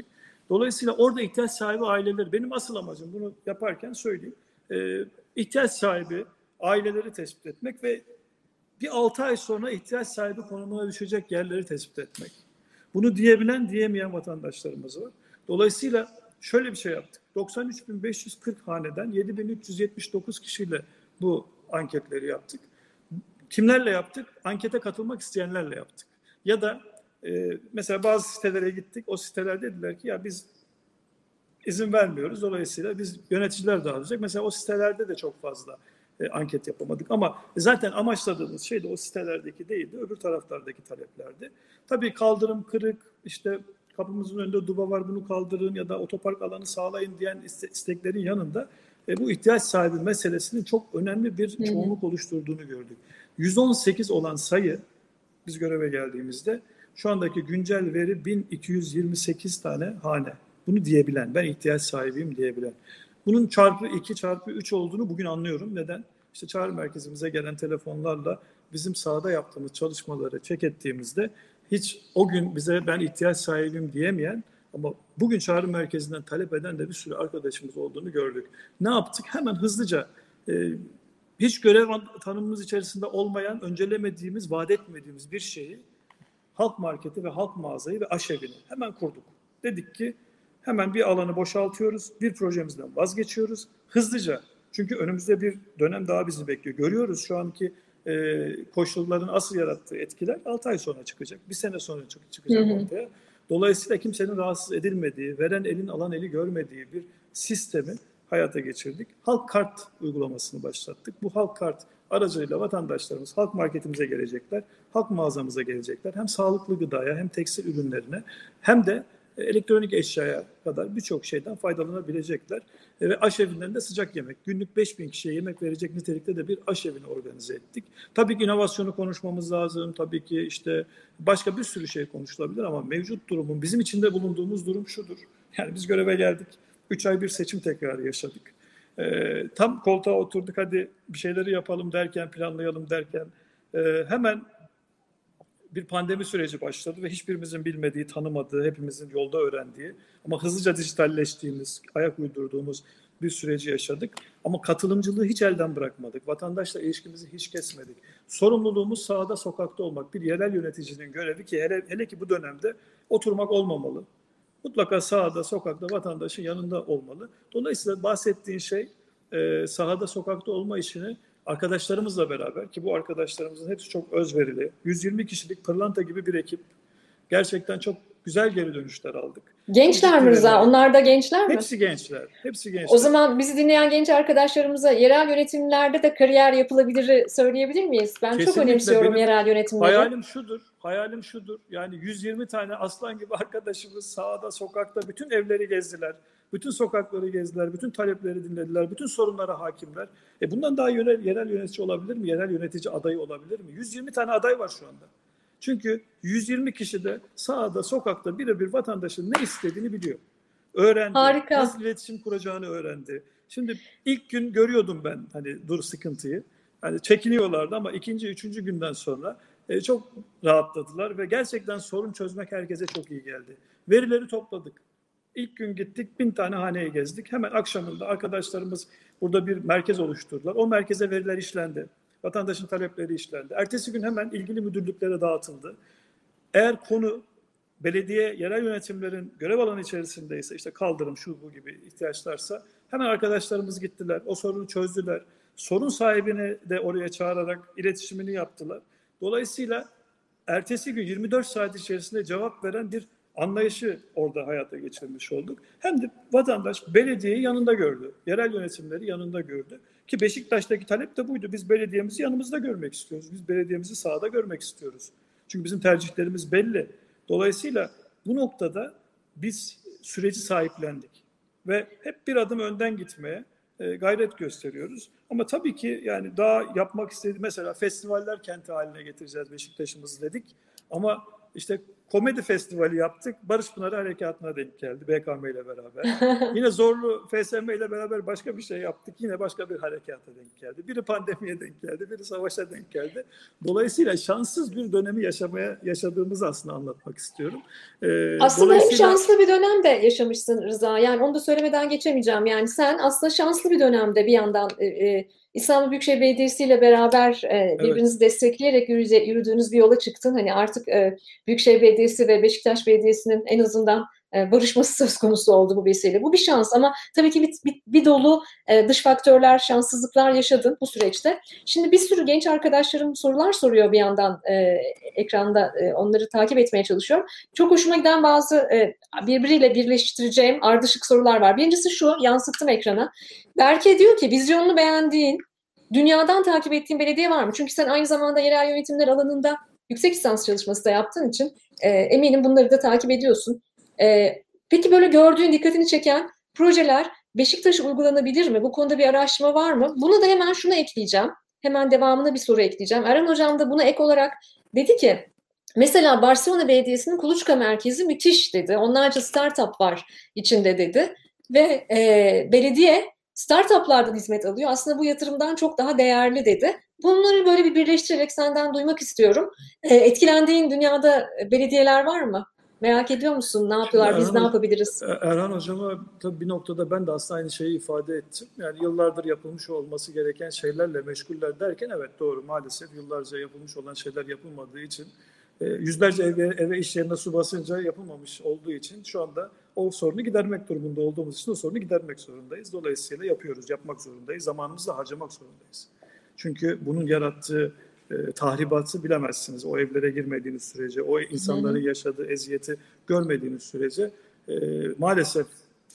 S2: Dolayısıyla orada ihtiyaç sahibi aileler, benim asıl amacım bunu yaparken söyleyeyim, e, ihtiyaç sahibi aileleri tespit etmek ve bir altı ay sonra ihtiyaç sahibi konumuna düşecek yerleri tespit etmek. Bunu diyebilen, diyemeyen vatandaşlarımız var. Dolayısıyla şöyle bir şey yaptık. doksan üç bin beş yüz kırk haneden yedi bin üç yüz yetmiş dokuz kişiyle bu anketleri yaptık. Kimlerle yaptık? Ankete katılmak isteyenlerle yaptık. Ya da e, mesela bazı sitelere gittik. O siteler dediler ki ya biz izin vermiyoruz. Dolayısıyla biz yöneticiler dağılacak. Mesela o sitelerde de çok fazla e, anket yapamadık. Ama zaten amaçladığımız şey de o sitelerdeki değildi. Öbür taraflardaki taleplerdi. Tabii kaldırım kırık, işte kapımızın önünde duba var bunu kaldırın ya da otopark alanı sağlayın diyen isteklerin yanında e, bu ihtiyaç sahibi meselesinin çok önemli bir çoğunluk oluşturduğunu gördük. yüz on sekiz olan sayı biz göreve geldiğimizde şu andaki güncel veri bin iki yüz yirmi sekiz tane hane. Bunu diyebilen, ben ihtiyaç sahibiyim diyebilen. Bunun çarpı iki, çarpı üç olduğunu bugün anlıyorum. Neden? İşte çağrı merkezimize gelen telefonlarla bizim sahada yaptığımız çalışmaları check ettiğimizde hiç o gün bize ben ihtiyaç sahibiyim diyemeyen ama bugün çağrı merkezinden talep eden de bir sürü arkadaşımız olduğunu gördük. Ne yaptık? Hemen hızlıca e, hiç görev tanımımız içerisinde olmayan, öncelemediğimiz, vaat etmediğimiz bir şeyi halk marketi ve halk mağazayı ve aşevini hemen kurduk. Dedik ki hemen bir alanı boşaltıyoruz, bir projemizden vazgeçiyoruz hızlıca. Çünkü önümüzde bir dönem daha bizi bekliyor. Görüyoruz şu anki e, koşulların asıl yarattığı etkiler altı ay sonra çıkacak, bir sene sonra çıkacak ortaya. Dolayısıyla kimsenin rahatsız edilmediği, veren elin alan eli görmediği bir sistemi hayata geçirdik. Halk kart uygulamasını başlattık. Bu halk kart aracılığıyla vatandaşlarımız halk marketimize gelecekler, halk mağazamıza gelecekler. Hem sağlıklı gıdaya hem tekstil ürünlerine hem de elektronik eşyaya kadar birçok şeyden faydalanabilecekler. Ve aşevinden de sıcak yemek. Günlük beş bin kişiye yemek verecek nitelikte de bir aşevini organize ettik. Tabii ki inovasyonu konuşmamız lazım. Tabii ki işte başka bir sürü şey konuşulabilir ama mevcut durumun, bizim içinde bulunduğumuz durum şudur. Yani biz göreve geldik. Üç ay bir seçim tekrarı yaşadık. Ee, tam koltuğa oturduk, hadi bir şeyleri yapalım derken, planlayalım derken e, hemen bir pandemi süreci başladı ve hiçbirimizin bilmediği, tanımadığı, hepimizin yolda öğrendiği ama hızlıca dijitalleştiğimiz, ayak uydurduğumuz bir süreci yaşadık. Ama katılımcılığı hiç elden bırakmadık. Vatandaşla ilişkimizi hiç kesmedik. Sorumluluğumuz sahada, sokakta olmak. Bir yerel yöneticinin görevi ki hele, hele ki bu dönemde oturmak olmamalı. Mutlaka sahada, sokakta vatandaşın yanında olmalı. Dolayısıyla bahsettiğin şey e, sahada, sokakta olma işini arkadaşlarımızla beraber, ki bu arkadaşlarımızın hepsi çok özverili, yüz yirmi kişilik pırlanta gibi bir ekip, gerçekten çok güzel geri dönüşler aldık.
S1: Gençler mi Rıza? Onlar da gençler mi?
S2: Hepsi gençler. Hepsi gençler.
S1: O zaman bizi dinleyen genç arkadaşlarımıza yerel yönetimlerde de kariyer yapılabilir söyleyebilir miyiz? Ben
S2: Kesinlikle.
S1: çok önemsiyorum
S2: Benim
S1: yerel yönetimleri.
S2: Hayalim şudur, hayalim şudur. Yani yüz yirmi tane aslan gibi arkadaşımız sahada, sokakta bütün evleri gezdiler. Bütün sokakları gezdiler, bütün talepleri dinlediler, bütün sorunlara hakimler. E bundan daha yerel, yerel yönetici olabilir mi? Yerel yönetici adayı olabilir mi? yüz yirmi tane aday var şu anda. Çünkü yüz yirmi kişi de sahada, sokakta birebir vatandaşın ne istediğini biliyor. Öğrendi.
S1: Harika.
S2: Nasıl iletişim kuracağını öğrendi. Şimdi ilk gün görüyordum ben hani dur sıkıntıyı. Hani çekiniyorlardı ama ikinci, üçüncü günden sonra e, çok rahatladılar ve gerçekten sorun çözmek herkese çok iyi geldi. Verileri topladık. İlk gün gittik, bin tane haneyi gezdik. Hemen akşamında arkadaşlarımız burada bir merkez oluşturdular. O merkeze veriler işlendi. Vatandaşın talepleri işlendi. Ertesi gün hemen ilgili müdürlüklere dağıtıldı. Eğer konu belediye, yerel yönetimlerin görev alanı içerisindeyse, işte kaldırım, şu bu gibi ihtiyaçlarsa hemen arkadaşlarımız gittiler. O sorunu çözdüler. Sorun sahibini de oraya çağırarak iletişimini yaptılar. Dolayısıyla ertesi gün yirmi dört saat içerisinde cevap veren bir anlayışı orada hayata geçirmiş olduk. Hem de vatandaş belediyeyi yanında gördü. Yerel yönetimleri yanında gördü. Ki Beşiktaş'taki talep de buydu. Biz belediyemizi yanımızda görmek istiyoruz. Biz belediyemizi sahada görmek istiyoruz. Çünkü bizim tercihlerimiz belli. Dolayısıyla bu noktada biz süreci sahiplendik. Ve hep bir adım önden gitmeye e, gayret gösteriyoruz. Ama tabii ki yani daha yapmak istediğimiz, mesela festivaller kenti haline getireceğiz Beşiktaş'ımızı dedik. Ama işte komedi festivali yaptık. Barış Pınarı Harekatı'na denk geldi B K M ile beraber. Yine Zorlu F S M ile beraber başka bir şey yaptık. Yine başka bir harekata denk geldi. Biri pandemiye denk geldi, biri savaşa denk geldi. Dolayısıyla şanssız bir dönemi yaşamaya yaşadığımızı aslında anlatmak istiyorum. Ee,
S1: Aslında hem
S2: dolayısıyla
S1: şanslı bir dönem de yaşamışsın Rıza. Yani onu da söylemeden geçemeyeceğim. Yani sen aslında şanslı bir dönemde bir yandan e, e, İstanbul Büyükşehir Belediyesi ile beraber e,
S2: evet.
S1: birbirinizi destekleyerek yürüyece, yürüdüğünüz bir yola çıktın. Hani artık e, Büyükşehir Belediyesi ve Beşiktaş Belediyesi'nin en azından e, barışması söz konusu oldu bu vesileyle. Bu bir şans ama tabii ki bir, bir, bir dolu e, dış faktörler, şanssızlıklar yaşadın bu süreçte. Şimdi bir sürü genç arkadaşlarım sorular soruyor bir yandan e, ekranda. E, onları takip etmeye çalışıyorum. Çok hoşuma giden bazı e, birbiriyle birleştireceğim ardışık sorular var. Birincisi şu, yansıttım ekrana. Berke diyor ki vizyonunu beğendiğin, dünyadan takip ettiğin belediye var mı? Çünkü sen aynı zamanda yerel yönetimler alanında yüksek lisans çalışması da yaptığın için e, eminim bunları da takip ediyorsun. E, peki böyle gördüğün, dikkatini çeken projeler Beşiktaş'a uygulanabilir mi? Bu konuda bir araştırma var mı? Bunu da hemen şuna ekleyeceğim. Hemen devamına bir soru ekleyeceğim. Erhan Hocam da buna ek olarak dedi ki mesela Barcelona Belediyesi'nin Kuluçka merkezi müthiş dedi. Onlarca startup var içinde dedi. Ve e, belediye startuplardan hizmet alıyor. Aslında bu yatırımdan çok daha değerli dedi. Bunları böyle bir birleştirerek senden duymak istiyorum. E, etkilendiğin dünyada belediyeler var mı? Merak ediyor musun? Ne
S2: Şimdi
S1: yapıyorlar? Biz ne
S2: Erhan,
S1: yapabiliriz?
S2: Erhan Hocama tabii bir noktada ben de aslında aynı şeyi ifade ettim. Yani yıllardır yapılmış olması gereken şeylerle meşguller derken evet doğru maalesef yıllarca yapılmış olan şeyler yapılmadığı için e, yüzlerce eve, eve iş yerine su basınca yapılmamış olduğu için şu anda o sorunu gidermek durumunda olduğumuz için o sorunu gidermek zorundayız. Dolayısıyla yapıyoruz, yapmak zorundayız. Zamanımızı da harcamak zorundayız. Çünkü bunun yarattığı e, tahribatı bilemezsiniz. O evlere girmediğiniz sürece, o
S1: Hı
S2: insanların
S1: hı.
S2: yaşadığı eziyeti görmediğiniz sürece e, maalesef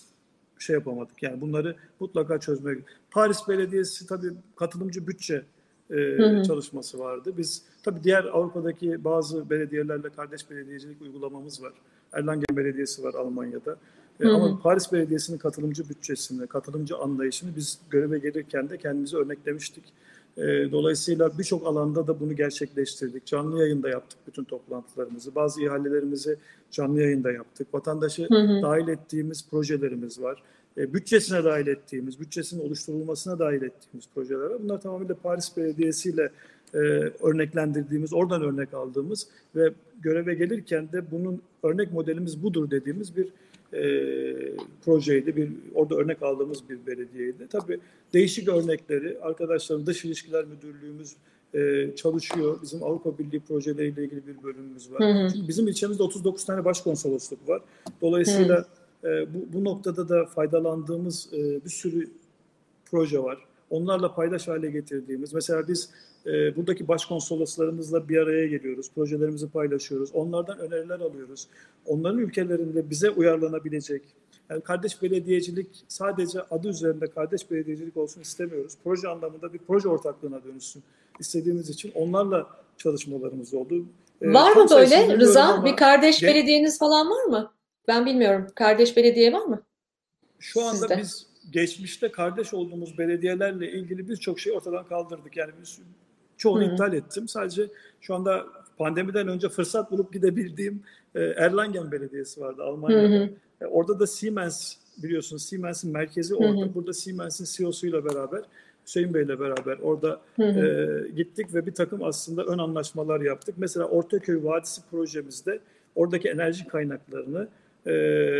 S2: şey yapamadık. Yani bunları mutlaka çözmek. Paris Belediyesi tabii katılımcı bütçe
S1: Hı
S2: e,
S1: hı.
S2: çalışması vardı. Biz tabii diğer Avrupa'daki bazı belediyelerle kardeş belediyecilik uygulamamız var. Erlangen Belediyesi var Almanya'da. E,
S1: Hı hı.
S2: ama Paris Belediyesi'nin katılımcı bütçesini, katılımcı anlayışını biz göreve gelirken de kendimize örneklemiştik. E, dolayısıyla birçok alanda da bunu gerçekleştirdik. Canlı yayında yaptık bütün toplantılarımızı. Bazı ihalelerimizi canlı yayında yaptık. Vatandaşı
S1: Hı hı.
S2: dahil ettiğimiz projelerimiz var. E, bütçesine dahil ettiğimiz, bütçesinin oluşturulmasına dahil ettiğimiz projeler var. Bunlar tamamıyla Paris Belediyesi ile e, örneklendirdiğimiz, oradan örnek aldığımız ve göreve gelirken de bunun örnek modelimiz budur dediğimiz bir e, projeydi. Bir, orada örnek aldığımız bir belediyeydi. Tabii değişik örnekleri, arkadaşlarım Dış İlişkiler Müdürlüğümüz e, çalışıyor. Bizim Avrupa Birliği projeleriyle ilgili bir bölümümüz var.
S1: Hı hı.
S2: Çünkü bizim ilçemizde otuz dokuz tane başkonsolosluk var.
S1: Hı
S2: Dolayısıyla e, bu, bu noktada da faydalandığımız e, bir sürü proje var. Onlarla paydaş hale getirdiğimiz, mesela biz e, buradaki başkonsoloslarımızla bir araya geliyoruz, projelerimizi paylaşıyoruz, onlardan öneriler alıyoruz. Onların ülkelerinde bize uyarlanabilecek, yani kardeş belediyecilik sadece adı üzerinde kardeş belediyecilik olsun istemiyoruz. Proje anlamında bir proje ortaklığına dönüşsün istediğimiz için onlarla çalışmalarımız oldu. E,
S1: Var
S2: tam
S1: mı
S2: sayısını
S1: böyle
S2: bilmiyorum
S1: Rıza? Bir
S2: ama
S1: kardeş
S2: gen-
S1: belediyeniz falan var mı? Ben bilmiyorum. Kardeş belediye var mı
S2: şu anda
S1: sizde?
S2: biz geçmişte kardeş olduğumuz belediyelerle ilgili birçok şey ortadan kaldırdık. Yani biz çoğunu
S1: Hı
S2: iptal ettim. Sadece şu anda pandemiden önce fırsat bulup gidebildiğim e, Erlangen Belediyesi vardı
S1: hı.
S2: Almanya'da.
S1: Hı.
S2: E, orada da Siemens biliyorsunuz Siemens'in merkezi
S1: Hı hı.
S2: orada. Burada Siemens'in C E O'suyla beraber Hüseyin Bey'le beraber orada
S1: Hı
S2: e,
S1: hı.
S2: gittik ve bir takım aslında ön anlaşmalar yaptık. Mesela Ortaköy Vadisi projemizde oradaki enerji kaynaklarını e,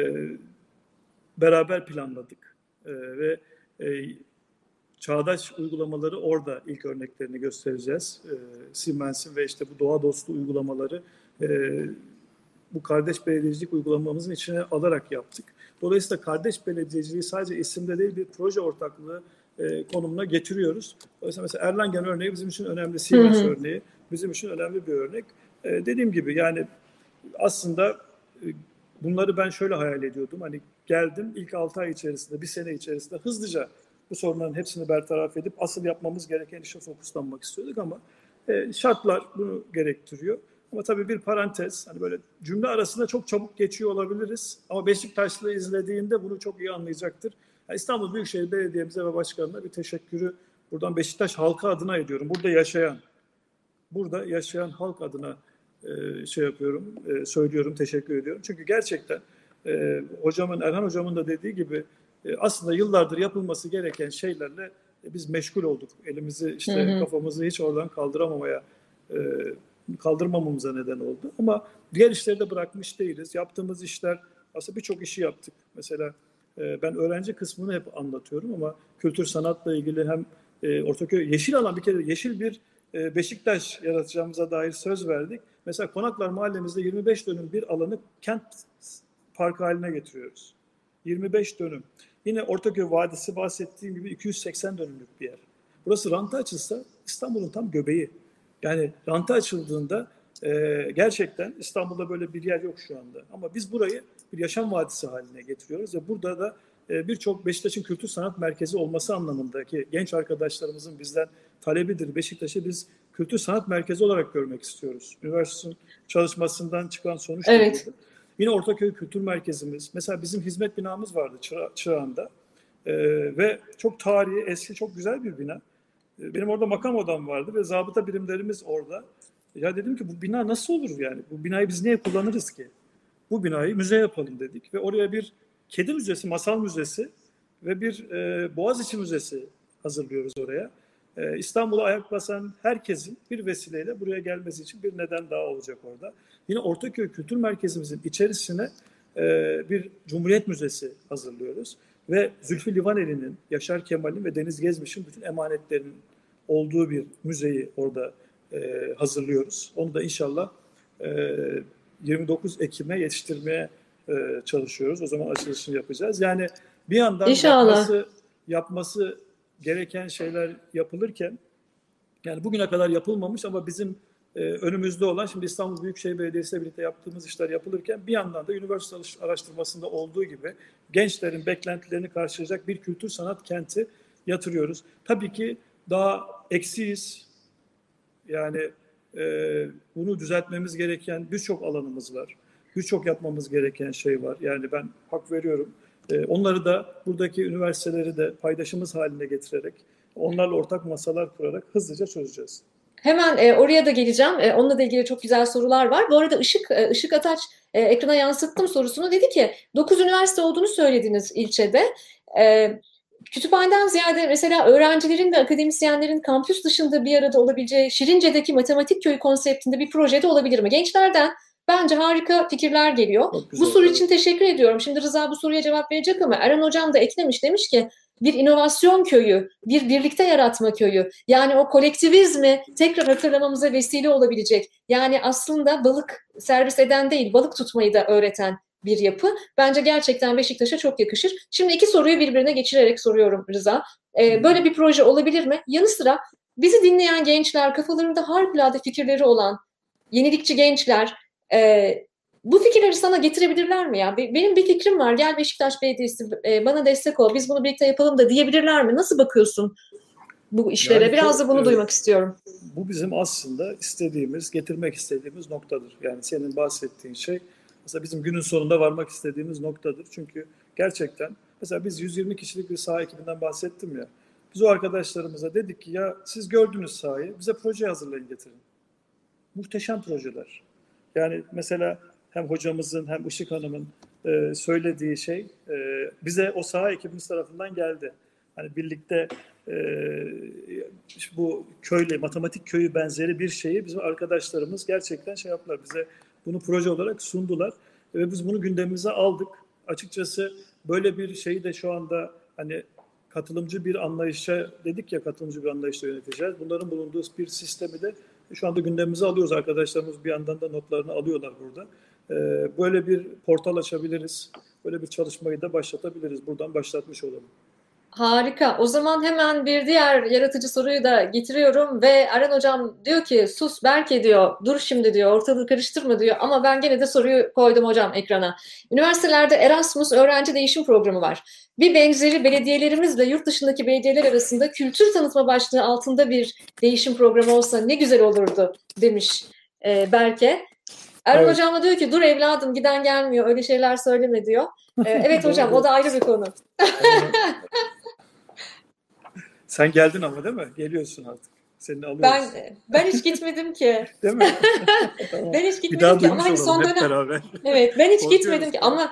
S2: beraber planladık. E, ve e, çağdaş uygulamaları orada ilk örneklerini göstereceğiz. E, Siemens'in ve işte bu doğa dostu uygulamaları e, bu kardeş belediyecilik uygulamamızın içine alarak yaptık. Dolayısıyla kardeş belediyeciliği sadece isimde değil bir proje ortaklığı e, konumuna getiriyoruz. Dolayısıyla mesela Erlangen örneği bizim için önemli,
S1: Hı
S2: Siemens
S1: hı.
S2: örneği bizim için önemli bir örnek. E, dediğim gibi yani aslında e, bunları ben şöyle hayal ediyordum. Hani geldim ilk altı ay içerisinde, bir sene içerisinde hızlıca bu sorunların hepsini bertaraf edip asıl yapmamız gereken işe fokuslanmak istiyorduk ama e, şartlar bunu gerektiriyor. Ama tabii bir parantez, hani böyle cümle arasında çok çabuk geçiyor olabiliriz. Ama Beşiktaşlı izlediğinde bunu çok iyi anlayacaktır. Yani İstanbul Büyükşehir Belediye'mize ve başkanına bir teşekkürü buradan Beşiktaş halkı adına ediyorum. Burada yaşayan, burada yaşayan halk adına e, şey yapıyorum, e, söylüyorum, teşekkür ediyorum. Çünkü gerçekten e, hocamın, Erhan hocamın da dediği gibi e, aslında yıllardır yapılması gereken şeylerle e, biz meşgul olduk. Elimizi
S1: Hı
S2: işte
S1: hı.
S2: kafamızı hiç oradan kaldıramamaya e, kaldırmamamıza neden oldu. Ama diğer işleri de bırakmış değiliz. Yaptığımız işler aslında birçok işi yaptık. Mesela e, ben öğrenci kısmını hep anlatıyorum ama kültür sanatla ilgili hem e, Ortaköy yeşil alan bir kere yeşil bir e, Beşiktaş yaratacağımıza dair söz verdik. Mesela Konaklar Mahallemizde yirmi beş dönüm bir alanı kent parkı haline getiriyoruz. yirmi beş dönüm. Yine Ortaköy Vadisi bahsettiğim gibi iki yüz seksen dönümlük bir yer. Burası ranta açılsa İstanbul'un tam göbeği. Yani ranta açıldığında e, gerçekten İstanbul'da böyle bir yer yok şu anda. Ama biz burayı bir yaşam vadisi haline getiriyoruz ve burada da e, birçok Beşiktaş'ın kültür sanat merkezi olması anlamındaki genç arkadaşlarımızın bizden talebidir. Beşiktaş'ı biz kültür sanat merkezi olarak görmek istiyoruz. Üniversitenin çalışmasından çıkan sonuç da
S1: Evet.
S2: buydu. Yine Ortaköy Kültür Merkezimiz. Mesela bizim hizmet binamız vardı Çıra Çırağan'da. Ee, ve çok tarihi, eski, çok güzel bir bina. Ee, benim orada makam odam vardı ve zabıta birimlerimiz orada. Ya dedim ki bu bina nasıl olur yani? Bu binayı biz niye kullanırız ki? Bu binayı müze yapalım dedik ve oraya bir kedi müzesi, masal müzesi ve bir e, Boğaziçi Müzesi hazırlıyoruz oraya. E, İstanbul'a ayak basan herkesin bir vesileyle buraya gelmesi için bir neden daha olacak orada. Yine Ortaköy Kültür Merkezimizin içerisine e, bir Cumhuriyet Müzesi hazırlıyoruz. Ve Zülfü Livaneli'nin, Yaşar Kemal'in ve Deniz Gezmiş'in bütün emanetlerinin olduğu bir müzeyi orada e, hazırlıyoruz. Onu da inşallah e, yirmi dokuz Ekim'e yetiştirmeye e, çalışıyoruz. O zaman açılışını yapacağız. Yani bir yandan
S1: İnşallah.
S2: yapması yapması gereken şeyler yapılırken, yani bugüne kadar yapılmamış ama bizim e, önümüzde olan, şimdi İstanbul Büyükşehir Belediyesi ile birlikte yaptığımız işler yapılırken bir yandan da üniversite araştırmasında olduğu gibi gençlerin beklentilerini karşılayacak bir kültür sanat kenti yatırıyoruz. Tabii ki daha eksiyiz. Yani e, bunu düzeltmemiz gereken birçok alanımız var. Birçok yapmamız gereken şey var. Yani ben hak veriyorum. E, onları da buradaki üniversiteleri de paydaşımız haline getirerek, onlarla ortak masalar kurarak hızlıca çözeceğiz.
S1: Hemen e, oraya da geleceğim. E, onunla da ilgili çok güzel sorular var. Bu arada Işık, e, Işık Ataç e, ekrana yansıttım sorusunu. Dedi ki dokuz üniversite olduğunu söylediniz ilçede. E, Kütüphaneden ziyade mesela öğrencilerin ve akademisyenlerin kampüs dışında bir arada olabileceği Şirince'deki matematik köyü konseptinde bir projede olabilir mi? Gençlerden bence harika fikirler geliyor.
S2: Çok
S1: Bu
S2: güzel,
S1: soru
S2: evet.
S1: için teşekkür ediyorum. Şimdi Rıza bu soruya cevap verecek ama Eren Hocam da eklemiş, demiş ki bir inovasyon köyü, bir birlikte yaratma köyü. Yani o kolektivizmi tekrar hatırlamamıza vesile olabilecek. Yani aslında balık servis eden değil, balık tutmayı da öğreten bir yapı. Bence gerçekten Beşiktaş'a çok yakışır. Şimdi iki soruyu birbirine geçirerek soruyorum Rıza. Ee, böyle bir proje olabilir mi? Yanı sıra bizi dinleyen gençler, kafalarında harikulade fikirleri olan yenilikçi gençler, e, bu fikirleri sana getirebilirler mi ya? Benim bir fikrim var. Gel Beşiktaş Belediyesi e, bana destek ol. Biz bunu birlikte yapalım da diyebilirler mi? Nasıl bakıyorsun bu işlere?
S2: Yani
S1: Biraz da
S2: çok
S1: bunu
S2: e,
S1: duymak istiyorum.
S2: bu bizim aslında istediğimiz, getirmek istediğimiz noktadır. Yani senin bahsettiğin şey mesela bizim günün sonunda varmak istediğimiz noktadır. Çünkü gerçekten mesela biz yüz yirmi kişilik bir saha ekibinden bahsettim ya. Biz o arkadaşlarımıza dedik ki ya siz gördünüz sahayı, bize proje hazırlayın getirin. Muhteşem projeler. Yani mesela hem hocamızın hem Işık Hanım'ın e, söylediği şey e, bize o saha ekibimiz tarafından geldi. Hani birlikte e, bu köyle, matematik köyü benzeri bir şeyi bizim arkadaşlarımız gerçekten şey yaptılar. Bize bunu proje olarak sundular ve biz bunu gündemimize aldık. Açıkçası böyle bir şeyi de şu anda hani katılımcı bir anlayışa dedik ya, katılımcı bir anlayışla yöneteceğiz. Bunların bulunduğu bir sistemi de şu anda gündemimize alıyoruz. Arkadaşlarımız bir yandan da notlarını alıyorlar burada. Ee, böyle bir portal açabiliriz. Böyle bir çalışmayı da başlatabiliriz. Buradan başlatmış olalım.
S1: Harika. O zaman hemen bir diğer yaratıcı soruyu da getiriyorum ve Eren Hocam diyor ki sus Berke diyor, dur şimdi diyor, ortalığı karıştırma diyor ama ben gene de soruyu koydum hocam ekrana. Üniversitelerde Erasmus öğrenci değişim programı var. Bir benzeri belediyelerimizle yurt dışındaki belediyeler arasında kültür tanıtma başlığı altında bir değişim programı olsa ne güzel olurdu demiş e, Berke. Eren
S2: Evet.
S1: Hocam da diyor ki dur evladım giden gelmiyor öyle şeyler söyleme diyor. E, evet hocam o da ayrı bir konu.
S2: Sen geldin ama değil mi? Geliyorsun artık. Seni
S1: Ben
S2: alıyoruz.
S1: ben hiç gitmedim ki.
S2: Değil mi? Tamam.
S1: Ben hiç
S2: Bir
S1: gitmedim
S2: daha
S1: ki ama
S2: duymuş
S1: hani
S2: olalım
S1: son
S2: hep
S1: dönem
S2: beraber.
S1: evet ben hiç gitmedim
S2: Korkuyoruz.
S1: ki
S2: Kana
S1: ama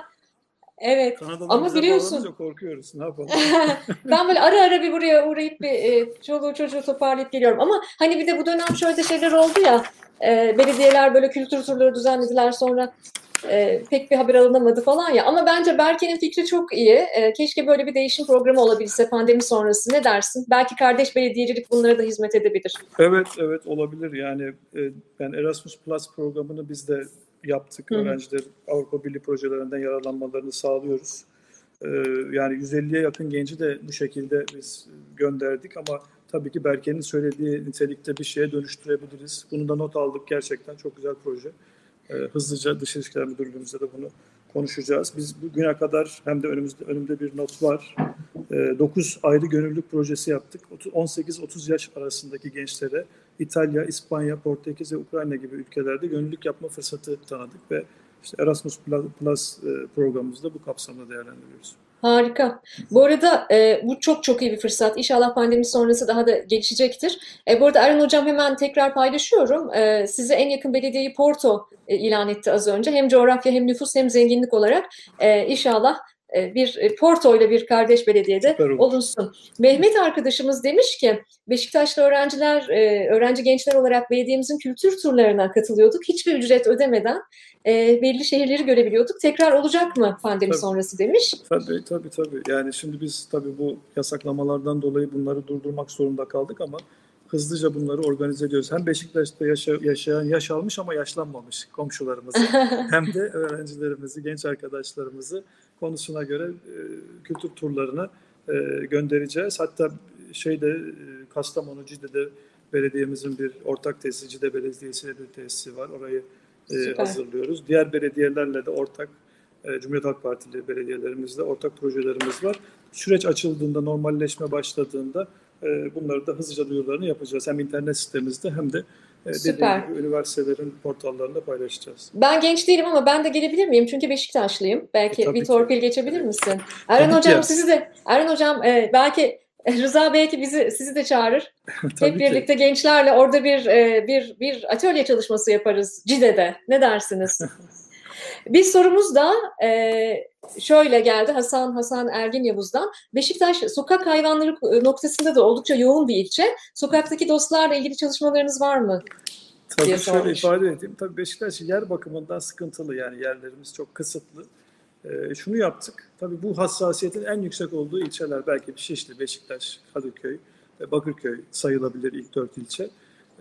S1: evet
S2: Kanadalılar
S1: ama
S2: bize bağlanınca
S1: biliyorsun
S2: korkuyoruz. Ne yapalım?
S1: ben böyle ara ara bir buraya uğrayıp bir e, çoluğu çocuğu toparlayıp geliyorum. Ama hani bir de bu dönem şöyle şeyler oldu ya e, belediyeler böyle kültür turları düzenlediler sonra e, pek bir haber alınamadı falan ya. Ama bence Berke'nin fikri çok iyi. E, keşke böyle bir değişim programı olabilse pandemi sonrası. Ne dersin? Belki kardeş belediyecilik bunlara da hizmet edebilir.
S2: Evet, evet olabilir. Yani e, ben Erasmus Plus programını biz de yaptık.
S1: Hı hı.
S2: Öğrenciler Avrupa Birliği projelerinden yararlanmalarını sağlıyoruz. E, yani yüz elliye yakın genci de bu şekilde biz gönderdik ama tabii ki Berke'nin söylediği nitelikte bir şeye dönüştürebiliriz. Bunu da not aldık gerçekten. Çok güzel proje. E, hızlıca Dış İlişkiler Müdürlüğümüzde de bunu konuşacağız. Biz bugüne kadar hem de önümüzde önümde bir not var. dokuz ayrı gönüllülük projesi yaptık. on sekiz otuz yaş arasındaki gençlere İtalya, İspanya, Portekiz ve Ukrayna gibi ülkelerde gönüllülük yapma fırsatı tanıdık ve işte Erasmus Plus programımızı da bu kapsamda değerlendiriyoruz.
S1: Harika. Bu arada e, bu çok çok iyi bir fırsat. İnşallah pandemi sonrası daha da gelişecektir. E, bu arada Erhan Hocam hemen tekrar paylaşıyorum. E, size en yakın belediyeyi Porto e, ilan etti az önce. Hem coğrafya hem nüfus hem zenginlik olarak e, inşallah e, bir e, Porto ile bir kardeş belediyede
S2: Süper olur.
S1: olunsun. Mehmet arkadaşımız demiş ki Beşiktaşlı öğrenciler, e, öğrenci gençler olarak belediyemizin kültür turlarına katılıyorduk. Hiçbir ücret ödemeden e, belli şehirleri görebiliyorduk. Tekrar olacak mı pandemi
S2: Tabii.
S1: sonrası demiş.
S2: Tabii tabii tabii. Yani şimdi biz tabii bu yasaklamalardan dolayı bunları durdurmak zorunda kaldık ama hızlıca bunları organize ediyoruz. Hem Beşiktaş'ta yaşa, yaşayan, yaş almış ama yaşlanmamış komşularımızı hem de öğrencilerimizi, genç arkadaşlarımızı konusuna göre e, kültür turlarına e, göndereceğiz. Hatta şeyde e, Kastamonu, Cide'de belediyemizin bir ortak tesisi, Cide Belediyesi'yle bir tesisi var. Orayı e,
S1: Süper.
S2: hazırlıyoruz. Diğer belediyelerle de ortak Cumhuriyet Halk Partili belediyelerimizle ortak projelerimiz var. Süreç açıldığında, normalleşme başladığında bunları da hızlıca duyurularını yapacağız. Hem internet sitemizde hem de dediğim
S1: Süper.
S2: gibi üniversitelerin portallarında paylaşacağız.
S1: Ben genç değilim ama ben de gelebilir miyim? Çünkü Beşiktaşlıyım.
S2: E,
S1: Belki bir
S2: tabii
S1: torpil
S2: ki.
S1: geçebilir misin? Erhan
S2: Tabii ki
S1: Hocam
S2: ya.
S1: sizi de Erhan Hocam e, belki Rıza belki bizi sizi de çağırır. Hep
S2: Tabii ki.
S1: birlikte gençlerle orada bir e, bir bir atölye çalışması yaparız Cide'de. Ne dersiniz? Bir sorumuz da e, şöyle geldi Hasan Hasan Ergin Yavuz'dan. Beşiktaş sokak hayvanları noktasında da oldukça yoğun bir ilçe. Sokaktaki dostlarla ilgili çalışmalarınız var mı?
S2: Tabii şöyle ifade edeyim. Tabii Beşiktaş yer bakımından sıkıntılı, yani yerlerimiz çok kısıtlı. Ee, şunu yaptık. Tabii bu hassasiyetin en yüksek olduğu ilçeler belki bir Şişli, Beşiktaş, Kadıköy ve Bakırköy sayılabilir ilk dört ilçe. Ee,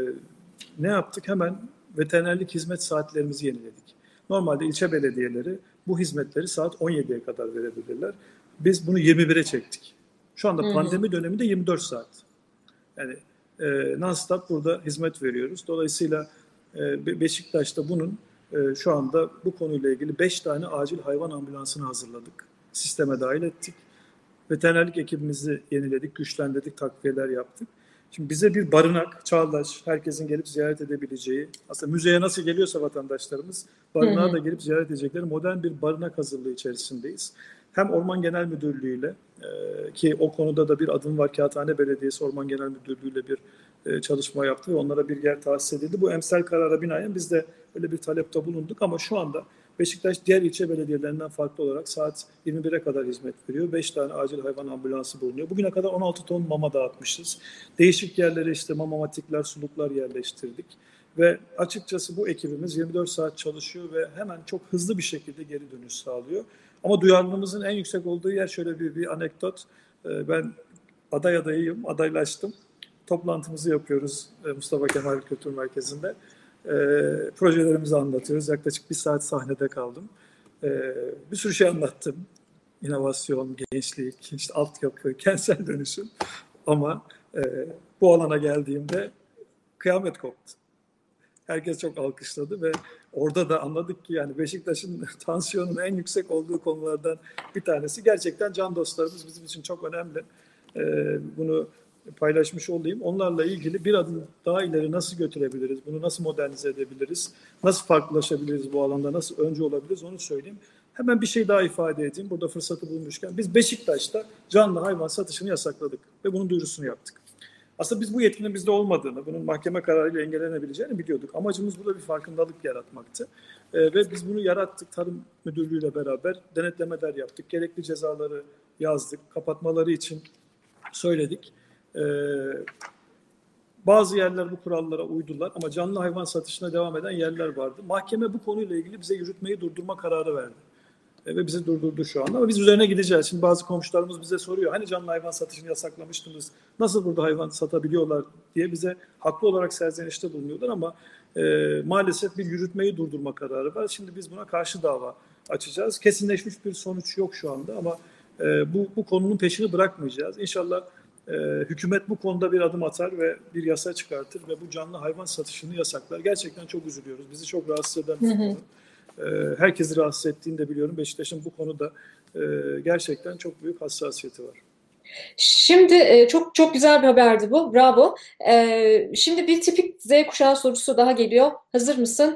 S2: ne yaptık? Hemen veterinerlik hizmet saatlerimizi yeniledik. Normalde ilçe belediyeleri bu hizmetleri saat on yediye kadar verebilirler. Biz bunu yirmi bire çektik. Şu anda
S1: Hı-hı.
S2: pandemi döneminde yirmi dört saat. Yani e, non-stop burada hizmet veriyoruz. Dolayısıyla e, Beşiktaş'ta bunun e, şu anda bu konuyla ilgili beş tane acil hayvan ambulansını hazırladık. Sisteme dahil ettik. Veterinerlik ekibimizi yeniledik, güçlendirdik, takviyeler yaptık. Şimdi bize bir barınak, çağdaş, herkesin gelip ziyaret edebileceği, aslında müzeye nasıl geliyorsa vatandaşlarımız, barınağa da gelip ziyaret edecekleri modern bir barınak hazırlığı içerisindeyiz. Hem Orman Genel Müdürlüğü ile e, ki o konuda da bir adım var, Kağıthane Belediyesi Orman Genel Müdürlüğü ile bir e, çalışma yaptı ve onlara bir yer tahsis edildi. Bu emsal karara binaen biz de öyle bir talepte bulunduk ama şu anda Beşiktaş diğer ilçe belediyelerinden farklı olarak saat yirmi bire kadar hizmet veriyor. beş tane acil hayvan ambulansı bulunuyor. Bugüne kadar on altı ton mama dağıtmışız. Değişik yerlere işte mamamatikler, suluklar yerleştirdik. Ve açıkçası bu ekibimiz yirmi dört saat çalışıyor ve hemen çok hızlı bir şekilde geri dönüş sağlıyor. Ama duyarlılığımızın en yüksek olduğu yer şöyle bir, bir anekdot. Ben aday adayıyım, adaylaştım. Toplantımızı yapıyoruz Mustafa Kemal Kültür Merkezi'nde. E, projelerimizi anlatıyoruz. Yaklaşık bir saat sahnede kaldım. E, bir sürü şey anlattım. İnovasyon, gençlik, işte altyapı, kentsel dönüşüm. Ama e, bu alana geldiğimde kıyamet koptu. Herkes çok alkışladı ve orada da anladık ki yani Beşiktaş'ın tansiyonun en yüksek olduğu konulardan bir tanesi. Gerçekten can dostlarımız bizim için çok önemli. E, bunu paylaşmış olayım. Onlarla ilgili bir adım daha ileri nasıl götürebiliriz? Bunu nasıl modernize edebiliriz? Nasıl farklılaşabiliriz bu alanda? Nasıl önce olabiliriz? Onu söyleyeyim. Hemen bir şey daha ifade edeyim. Burada fırsatı bulmuşken. Biz Beşiktaş'ta canlı hayvan satışını yasakladık ve bunun duyurusunu yaptık. Aslında biz bu yetkinin bizde olmadığını, bunun mahkeme kararıyla engellenebileceğini biliyorduk. Amacımız burada bir farkındalık yaratmaktı. Ee, ve biz bunu yarattık. Tarım Müdürlüğü'yle beraber denetlemeler yaptık. Gerekli cezaları yazdık. Kapatmaları için söyledik. Ee, Bazı yerler bu kurallara uydular ama canlı hayvan satışına devam eden yerler vardı. Mahkeme bu konuyla ilgili bize yürütmeyi durdurma kararı verdi. E, ve bizi durdurdu şu anda ama biz üzerine gideceğiz. Şimdi bazı komşularımız bize soruyor. Hani canlı hayvan satışını yasaklamıştınız? Nasıl burada hayvan satabiliyorlar diye bize haklı olarak serzenişte bulunuyorlar ama e, maalesef bir yürütmeyi durdurma kararı var. Şimdi biz buna karşı dava açacağız. Kesinleşmiş bir sonuç yok şu anda ama e, bu, bu konunun peşini bırakmayacağız. İnşallah e, hükümet bu konuda bir adım atar ve bir yasa çıkartır ve bu canlı hayvan satışını yasaklar. Gerçekten çok üzülüyoruz. Bizi çok rahatsız eden bir konu. Herkesi rahatsız ettiğini de biliyorum. Beşiktaş'ın bu konuda gerçekten çok büyük hassasiyeti var.
S1: Şimdi çok çok güzel bir haberdi bu. Bravo. Şimdi bir tipik Z kuşağı sorusu daha geliyor. Hazır mısın?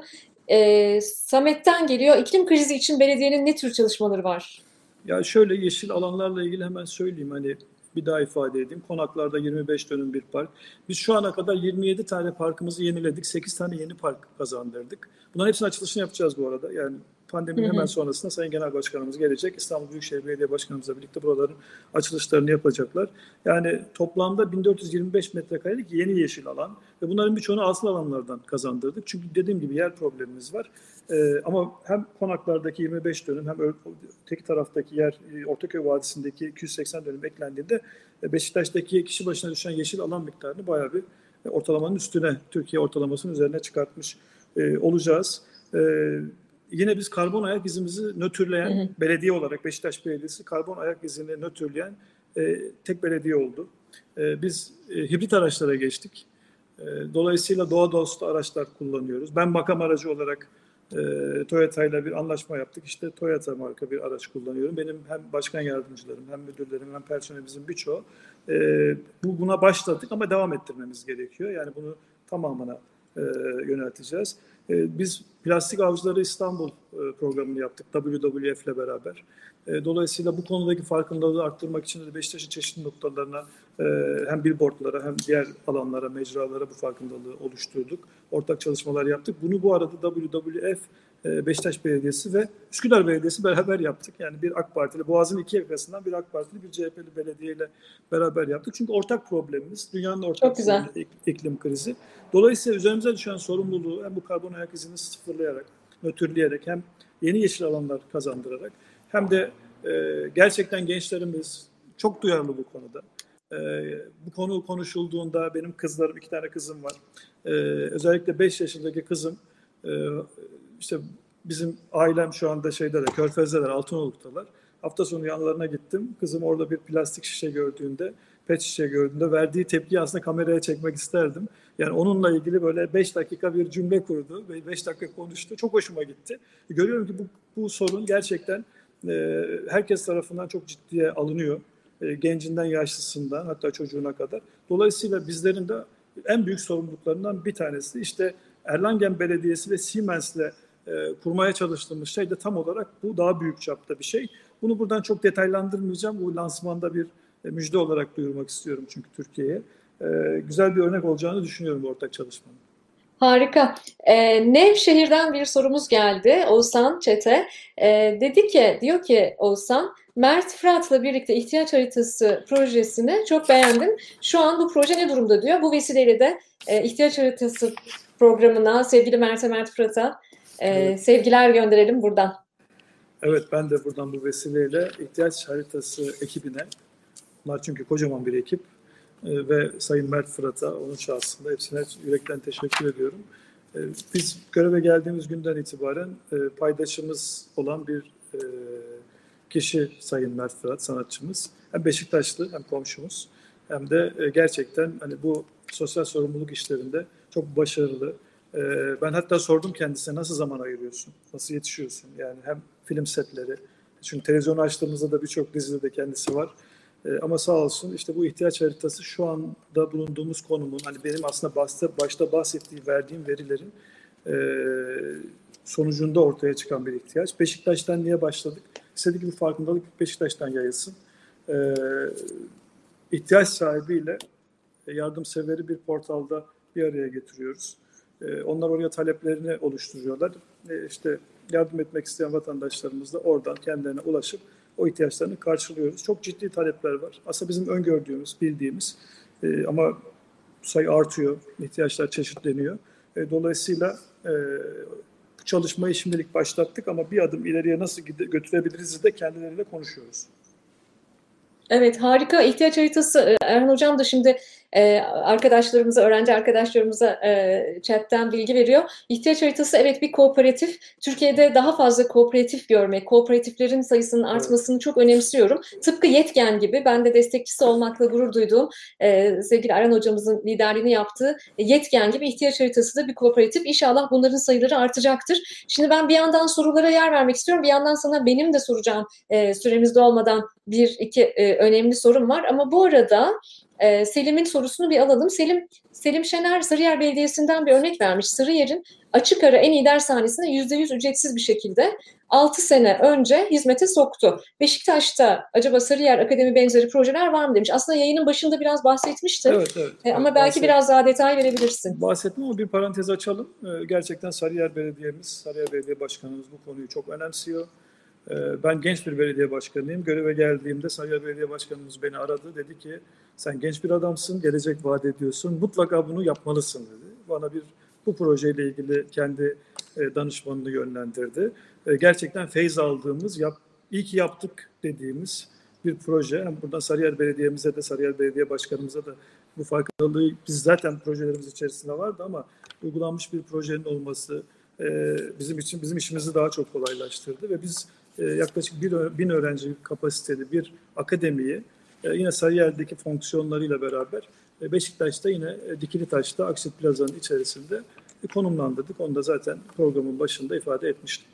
S1: Samet'ten geliyor. İklim krizi için belediyenin ne tür çalışmaları var?
S2: Ya şöyle, yeşil alanlarla ilgili hemen söyleyeyim. Hani bir daha ifade edeyim. Konaklar'da yirmi beş dönüm bir park. Biz şu ana kadar yirmi yedi tane parkımızı yeniledik. sekiz tane yeni park kazandırdık. Bunların hepsinin açılışını yapacağız bu arada. Yani pandeminin hemen sonrasında Sayın Genel Başkanımız gelecek. İstanbul Büyükşehir Belediye Başkanımızla birlikte buraların açılışlarını yapacaklar. Yani toplamda bin dört yüz yirmi beş metrekarelik yeni yeşil alan ve bunların birçoğunu asıl alanlardan kazandırdık. Çünkü dediğim gibi yer problemimiz var. Ee, ama hem Konaklar'daki yirmi beş dönüm hem öteki taraftaki yer Ortaköy Vadisi'ndeki iki yüz seksen dönüm eklendiğinde Beşiktaş'taki kişi başına düşen yeşil alan miktarını bayağı bir ortalamanın üstüne, Türkiye ortalamasının üzerine çıkartmış e, olacağız. E, yine biz karbon ayak izimizi nötrleyen hı hı. belediye olarak Beşiktaş Belediyesi karbon ayak izini nötrleyen e, tek belediye oldu. E, biz e, hibrit araçlara geçtik. E, dolayısıyla doğa dostu araçlar kullanıyoruz. Ben makam aracı olarak e, Toyota ile bir anlaşma yaptık. İşte Toyota marka bir araç kullanıyorum. Benim hem başkan yardımcılarım, hem müdürlerim, hem personelimizin birçoğu e, bu buna başladık ama devam ettirmemiz gerekiyor. Yani bunu tamamına e, yönelteceğiz. E, biz Plastik Avcıları İstanbul e, programını yaptık W W F ile beraber. E, dolayısıyla bu konudaki farkındalığı arttırmak için de Beşiktaş'ın çeşitli noktalarına e, hem billboardlara hem diğer alanlara, mecralara bu farkındalığı oluşturduk. Ortak çalışmalar yaptık. Bunu bu arada W W F, e, Beşiktaş Belediyesi ve Üsküdar Belediyesi beraber yaptık. Yani bir AK Partili, Boğaz'ın iki yakasından bir AK Partili, bir C H P'li belediyeyle beraber yaptık. Çünkü ortak problemimiz, dünyanın ortak problemi iklim krizi. Dolayısıyla üzerimize düşen sorumluluğu hem bu karbon ayak izini sıfırlayarak, nötrleyerek, hem yeni yeşil alanlar kazandırarak hem de e, gerçekten gençlerimiz çok duyarlı bu konuda. E, bu konu konuşulduğunda benim kızlarım, iki tane kızım var. E, özellikle beş yaşındaki kızım e, işte bizim ailem şu anda şeydeler, Körfez'deler, Altınoluk'talar. Hafta sonu yanlarına gittim. Kızım orada bir plastik şişe gördüğünde, pet şişe gördüğünde verdiği tepkiyi aslında kameraya çekmek isterdim. Yani onunla ilgili böyle beş dakika bir cümle kurdu ve beş dakika konuştu. Çok hoşuma gitti. Görüyorum ki bu, bu sorun gerçekten e, herkes tarafından çok ciddiye alınıyor. E, gencinden yaşlısından hatta çocuğuna kadar. Dolayısıyla bizlerin de en büyük sorumluluklarından bir tanesi işte Erlangen Belediyesi ve Siemens'le e, kurmaya çalıştığımız şey de tam olarak bu, daha büyük çapta bir şey. Bunu buradan çok detaylandırmayacağım. Bu lansmanda bir e, müjde olarak duyurmak istiyorum çünkü Türkiye'ye. E, güzel bir örnek olacağını düşünüyorum bu ortak çalışmanın.
S1: Harika. Ee, Nevşehir'den bir sorumuz geldi. Oğuzhan Çete. Ee, dedi ki, diyor ki Oğuzhan, Mert Fırat'la birlikte ihtiyaç haritası projesini çok beğendim. Şu an bu proje ne durumda diyor. Bu vesileyle de e, ihtiyaç haritası programına sevgili Mert'e, Mert Fırat'a e, evet. sevgiler gönderelim buradan.
S2: Evet, ben de buradan bu vesileyle ihtiyaç haritası ekibine, bunlar çünkü kocaman bir ekip, ve Sayın Mert Fırat'a, onun şahsında hepsine yürekten teşekkür ediyorum. Biz göreve geldiğimiz günden itibaren paydaşımız olan bir kişi Sayın Mert Fırat, sanatçımız. Hem Beşiktaşlı hem komşumuz hem de gerçekten hani bu sosyal sorumluluk işlerinde çok başarılı. Ben hatta sordum kendisine, nasıl zaman ayırıyorsun, nasıl yetişiyorsun? Yani hem film setleri, çünkü televizyonu açtığımızda da birçok dizide de kendisi var. Ee, ama sağ olsun işte bu ihtiyaç haritası şu anda bulunduğumuz konumun, hani benim aslında başta, başta bahsettiğim, verdiğim verilerin e, sonucunda ortaya çıkan bir ihtiyaç. Beşiktaş'tan niye başladık? İstedik ki bu farkındalık Beşiktaş'tan yayılsın. Ee, ihtiyaç sahibiyle yardımseveri bir portalda bir araya getiriyoruz. Onlar oraya taleplerini oluşturuyorlar. İşte yardım etmek isteyen vatandaşlarımız da oradan kendilerine ulaşıp o ihtiyaçlarını karşılıyoruz. Çok ciddi talepler var. Aslında bizim öngördüğümüz, bildiğimiz ama sayı artıyor, ihtiyaçlar çeşitleniyor. Dolayısıyla bu çalışmayı şimdilik başlattık ama bir adım ileriye nasıl götürebiliriz de kendileriyle konuşuyoruz.
S1: Evet, harika. İhtiyaç haritası. Erhan Hocam da şimdi e, arkadaşlarımıza, öğrenci arkadaşlarımıza e, chatten bilgi veriyor. İhtiyaç haritası evet bir kooperatif. Türkiye'de daha fazla kooperatif görmek, kooperatiflerin sayısının artmasını evet. çok önemsiyorum. Tıpkı Yetgen gibi ben de destekçisi olmakla gurur duyduğum e, sevgili Erhan Hocamızın liderliğini yaptığı Yetgen gibi ihtiyaç haritası da bir kooperatif. İnşallah bunların sayıları artacaktır. Şimdi ben bir yandan sorulara yer vermek istiyorum. Bir yandan sana benim de soracağım e, süremizde olmadan bir iki e, önemli sorum var ama bu arada e, Selim'in sorusunu bir alalım. Selim Selim Şener Sarıyer Belediyesi'nden bir örnek vermiş. Sarıyer'in açık ara en iyi dershanesini yüzde yüz ücretsiz bir şekilde altı sene önce hizmete soktu. Beşiktaş'ta acaba Sarıyer Akademi benzeri projeler var mı demiş. Aslında yayının başında biraz bahsetmiştim.
S2: Evet, evet,
S1: e, ama
S2: evet,
S1: belki
S2: bahset.
S1: biraz daha detay verebilirsin.
S2: Bahsettim ama bir parantez açalım. Ee, gerçekten Sarıyer Belediye'miz, Sarıyer Belediye Başkanımız bu konuyu çok önemsiyor. Ben genç bir belediye başkanıyım. Göreve geldiğimde Sarıyer Belediye Başkanımız beni aradı. Dedi ki sen genç bir adamsın, gelecek vaat ediyorsun. Mutlaka bunu yapmalısın dedi. Bana bir bu projeyle ilgili kendi danışmanını yönlendirdi. Gerçekten feyz aldığımız, yap, iyi ki yaptık dediğimiz bir proje. Hem buradan Sarıyer Belediye'mize de, Sarıyer Belediye Başkanımıza da bu farkındalığı biz zaten projelerimiz içerisinde vardı ama uygulanmış bir projenin olması bizim için bizim işimizi daha çok kolaylaştırdı ve biz yaklaşık bin öğrenci kapasiteli bir akademiyi yine Sarıyer'deki fonksiyonlarıyla beraber Beşiktaş'ta yine Dikilitaş'ta Aksit Plaza'nın içerisinde konumlandırdık. Onu da zaten programın başında ifade etmiştim.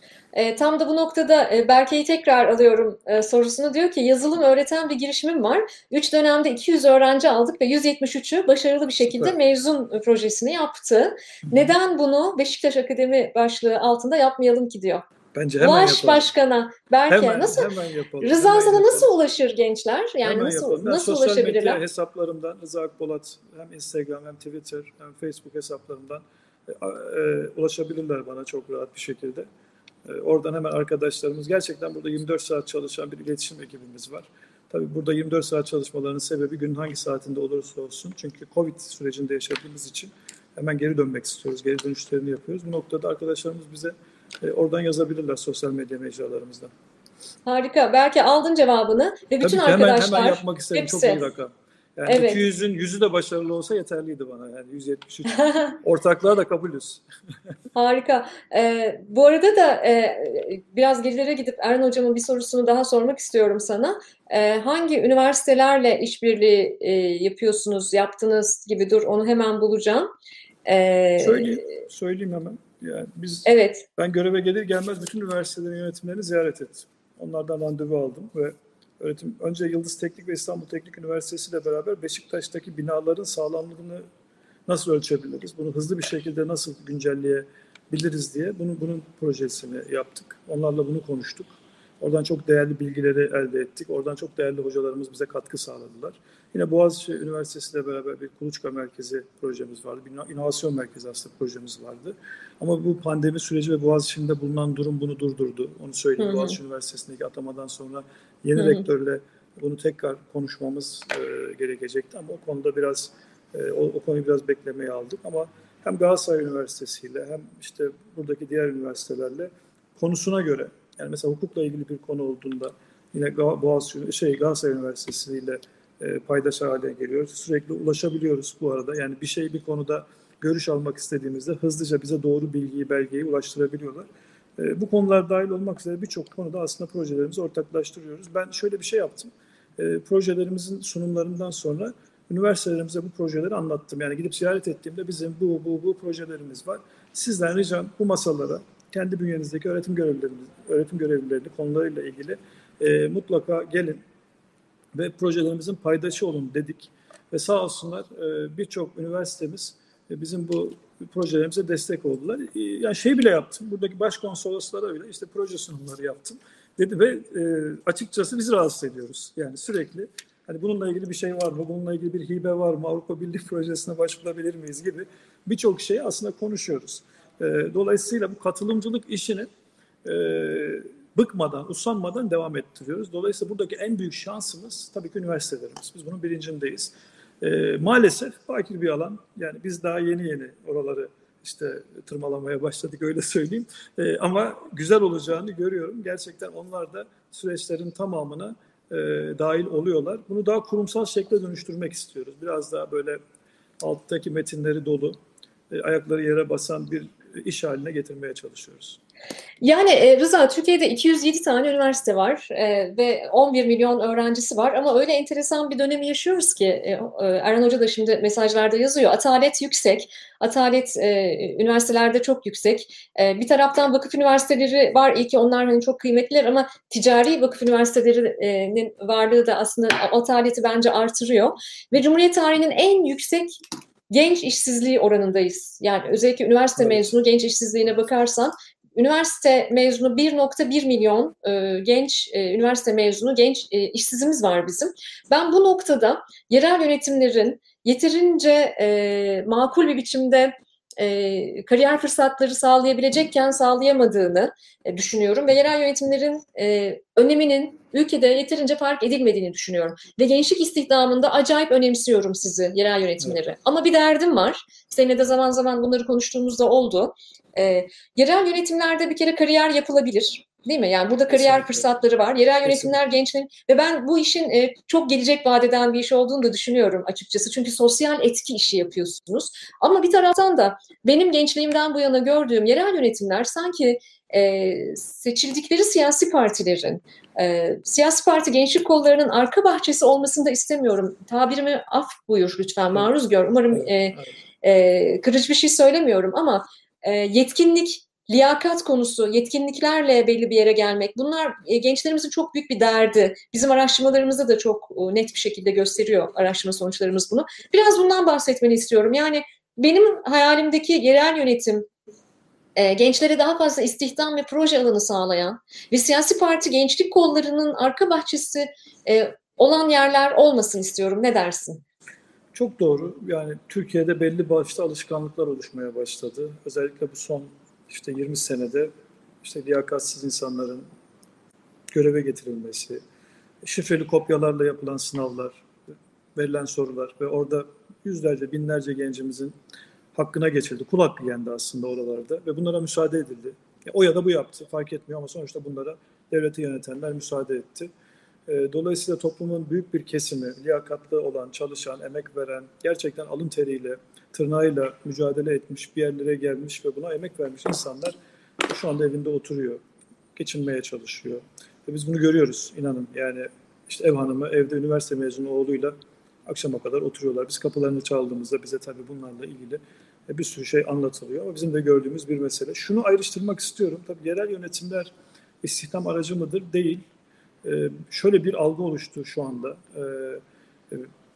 S1: E, tam da bu noktada e, Berke'yi tekrar alıyorum e, sorusunu. Diyor ki yazılım öğreten bir girişimim var. üç dönemde iki yüz öğrenci aldık ve yüz yetmiş üçü başarılı bir şekilde Süper. mezun projesini yaptı. Hı-hı. Neden bunu Beşiktaş Akademi başlığı altında yapmayalım ki diyor.
S2: Bence hemen
S1: Ulaş
S2: yapalım.
S1: Berke'ye, Berke
S2: hemen,
S1: nasıl?
S2: Hemen yapalım.
S1: Rıza
S2: hemen
S1: sana
S2: yapalım.
S1: nasıl ulaşır gençler? Yani
S2: hemen
S1: nasıl
S2: yapalım. Ben
S1: nasıl
S2: sosyal
S1: ulaşabilirler?
S2: medya hesaplarımdan Rıza Akpolat hem Instagram hem Twitter hem Facebook hesaplarımdan e, e, ulaşabilirler bana çok rahat bir şekilde. Oradan hemen arkadaşlarımız, gerçekten burada yirmi dört saat çalışan bir iletişim ekibimiz var. Tabii burada yirmi dört saat çalışmalarının sebebi günün hangi saatinde olursa olsun. Çünkü Covid sürecinde yaşadığımız için hemen geri dönmek istiyoruz. Geri dönüşlerini yapıyoruz. Bu noktada arkadaşlarımız bize oradan yazabilirler sosyal medya mecralarımızdan.
S1: Harika. Belki aldın cevabını ve bütün
S2: Tabii
S1: arkadaşlar
S2: hemen, hemen yapmak isterim.
S1: hepsi.
S2: Çok iyi rakam. Yani evet. iki yüzün yüzü de başarılı olsa yeterliydi bana. Yani yüz yetmiş üç. Ortaklığa da kabulüz.
S1: Harika. Ee, bu arada da e, biraz gerilere gidip Erhan Hocam'ın bir sorusunu daha sormak istiyorum sana. Ee, hangi üniversitelerle işbirliği e, yapıyorsunuz, yaptınız gibi dur onu hemen bulacağım. Ee,
S2: söyleyeyim, söyleyeyim hemen. Yani biz,
S1: evet.
S2: Ben göreve gelir gelmez bütün üniversitelerin yönetimlerini ziyaret ettim. Onlardan randevu aldım ve öğretim, önce Yıldız Teknik ve İstanbul Teknik Üniversitesi ile beraber Beşiktaş'taki binaların sağlamlığını nasıl ölçebiliriz, bunu hızlı bir şekilde nasıl güncelleyebiliriz diye bunun, bunun projesini yaptık. Onlarla bunu konuştuk. Oradan çok değerli bilgileri elde ettik. Oradan çok değerli hocalarımız bize katkı sağladılar. Yine Boğaziçi Üniversitesi ile beraber bir kuluçka merkezi projemiz vardı. Bir inovasyon merkezi aslında projemiz vardı. Ama bu pandemi süreci ve Boğaziçi'nde bulunan durum bunu durdurdu. Onu söyleyeyim. Hı hı. Boğaziçi Üniversitesi'ndeki atamadan sonra yeni hı hı. rektörle bunu tekrar konuşmamız e, gerekecekti. Ama o konuda biraz e, o, o konuyu biraz beklemeye aldık. Ama hem Galatasaray Üniversitesi ile hem işte buradaki diğer üniversitelerle konusuna göre, yani mesela hukukla ilgili bir konu olduğunda yine Boğaziçi şey Galatasaray Üniversitesi ile e, paydaş hale geliyoruz. Sürekli ulaşabiliyoruz bu arada. Yani bir şey bir konuda görüş almak istediğimizde hızlıca bize doğru bilgiyi, belgeyi ulaştırabiliyorlar. E, bu konular dahil olmak üzere birçok konuda aslında projelerimizi ortaklaştırıyoruz. Ben şöyle bir şey yaptım. E, projelerimizin sunumlarından sonra üniversitelerimize bu projeleri anlattım. Yani gidip ziyaret ettiğimde bizim bu bu bu projelerimiz var. Sizden ricam bu masalara kendi bünyenizdeki öğretim görevlilerini, öğretim görevlilerini konularıyla ilgili e, mutlaka gelin ve projelerimizin paydaşı olun dedik. Ve sağ olsunlar e, birçok üniversitemiz e, bizim bu projelerimize destek oldular. E, yani şey bile yaptım, buradaki başkonsoloslara bile işte proje sunumları yaptım dedi ve e, açıkçası biz rahatsız ediyoruz. Yani sürekli Hani bununla ilgili bir şey var mı? Bununla ilgili bir hibe var mı? Avrupa Birliği projesine başvurabilir miyiz gibi birçok şeyi aslında konuşuyoruz. E, dolayısıyla bu katılımcılık işini e, bıkmadan, usanmadan devam ettiriyoruz. Dolayısıyla buradaki en büyük şansımız tabii ki üniversitelerimiz. Biz bunun bilincindeyiz. E, maalesef bakir bir alan. Yani biz daha yeni yeni oraları işte tırmalamaya başladık, öyle söyleyeyim. E, ama güzel olacağını görüyorum. Gerçekten onlar da süreçlerin tamamına e, dahil oluyorlar. Bunu daha kurumsal şekle dönüştürmek istiyoruz. Biraz daha böyle alttaki metinleri dolu, e, ayakları yere basan bir iş haline getirmeye çalışıyoruz.
S1: Yani e, Rıza, Türkiye'de iki yüz yedi tane üniversite var e, ve on bir milyon öğrencisi var ama öyle enteresan bir dönemi yaşıyoruz ki e, e, Erhan Hoca da şimdi mesajlarda yazıyor. Atalet yüksek, atalet e, üniversitelerde çok yüksek. E, bir taraftan vakıf üniversiteleri var, iyi ki onlar hani çok kıymetliler ama ticari vakıf üniversitelerinin varlığı da aslında ataleti bence artırıyor. Ve Cumhuriyet tarihinin en yüksek genç işsizliği oranındayız. Yani özellikle üniversite
S2: Evet.
S1: mezunu genç işsizliğine bakarsan üniversite mezunu bir nokta bir milyon e, genç e, üniversite mezunu genç e, işsizimiz var bizim. Ben bu noktada yerel yönetimlerin yeterince e, makul bir biçimde e, kariyer fırsatları sağlayabilecekken sağlayamadığını e, düşünüyorum ve yerel yönetimlerin e, öneminin ülkede yeterince fark edilmediğini düşünüyorum. Ve gençlik istihdamında acayip önemsiyorum sizi, yerel
S2: Evet.
S1: yönetimleri. Ama bir derdim var. Seninle de zaman zaman bunları konuştuğumuzda oldu. E, Yerel yönetimlerde bir kere kariyer yapılabilir. Değil mi? Yani burada kariyer
S2: Kesinlikle.
S1: fırsatları var. Yerel yönetimler
S2: Kesinlikle.
S1: gençlerin ve ben bu işin e, çok gelecek vaat eden bir iş olduğunu da düşünüyorum açıkçası. Çünkü sosyal etki işi yapıyorsunuz. Ama bir taraftan da benim gençliğimden bu yana gördüğüm yerel yönetimler sanki e, seçildikleri siyasi partilerin, e, siyasi parti gençlik kollarının arka bahçesi olmasını da istemiyorum. Tabirimi af buyur lütfen,
S2: Evet.
S1: maruz gör. Umarım
S2: Evet.
S1: e,
S2: Evet.
S1: e, kırıcı bir şey söylemiyorum ama e, yetkinlik, liyakat konusu, yetkinliklerle belli bir yere gelmek, bunlar e, gençlerimizin çok büyük bir derdi. Bizim araştırmalarımızda da çok e, net bir şekilde gösteriyor araştırma sonuçlarımız bunu. Biraz bundan bahsetmeni istiyorum. Yani benim hayalimdeki yerel yönetim, e, gençlere daha fazla istihdam ve proje alanı sağlayan ve siyasi parti gençlik kollarının arka bahçesi e, olan yerler olmasın istiyorum. Ne dersin?
S2: Çok doğru. Yani Türkiye'de belli başlı alışkanlıklar oluşmaya başladı. Özellikle bu son işte yirmi senede işte liyakatsiz insanların göreve getirilmesi, şifreli kopyalarla yapılan sınavlar, verilen sorular ve orada yüzlerce, binlerce gencimizin hakkına geçildi. Kul hakkı yendi aslında oralarda ve bunlara müsaade edildi. O ya da bu yaptı, fark etmiyor ama sonuçta bunlara devleti yönetenler müsaade etti. Dolayısıyla toplumun büyük bir kesimi, liyakatlı olan, çalışan, emek veren, gerçekten alın teriyle, tırnağıyla mücadele etmiş, bir yerlere gelmiş ve buna emek vermiş insanlar şu anda evinde oturuyor, geçinmeye çalışıyor. Ve biz bunu görüyoruz, inanın. Yani işte ev hanımı evde üniversite mezunu oğluyla akşama kadar oturuyorlar. Biz kapılarını çaldığımızda bize tabii bunlarla ilgili bir sürü şey anlatılıyor. Ama bizim de gördüğümüz bir mesele. Şunu ayrıştırmak istiyorum. Tabii yerel yönetimler istihdam aracı mıdır? Değil. Ee, şöyle bir algı oluştu şu anda. Ee,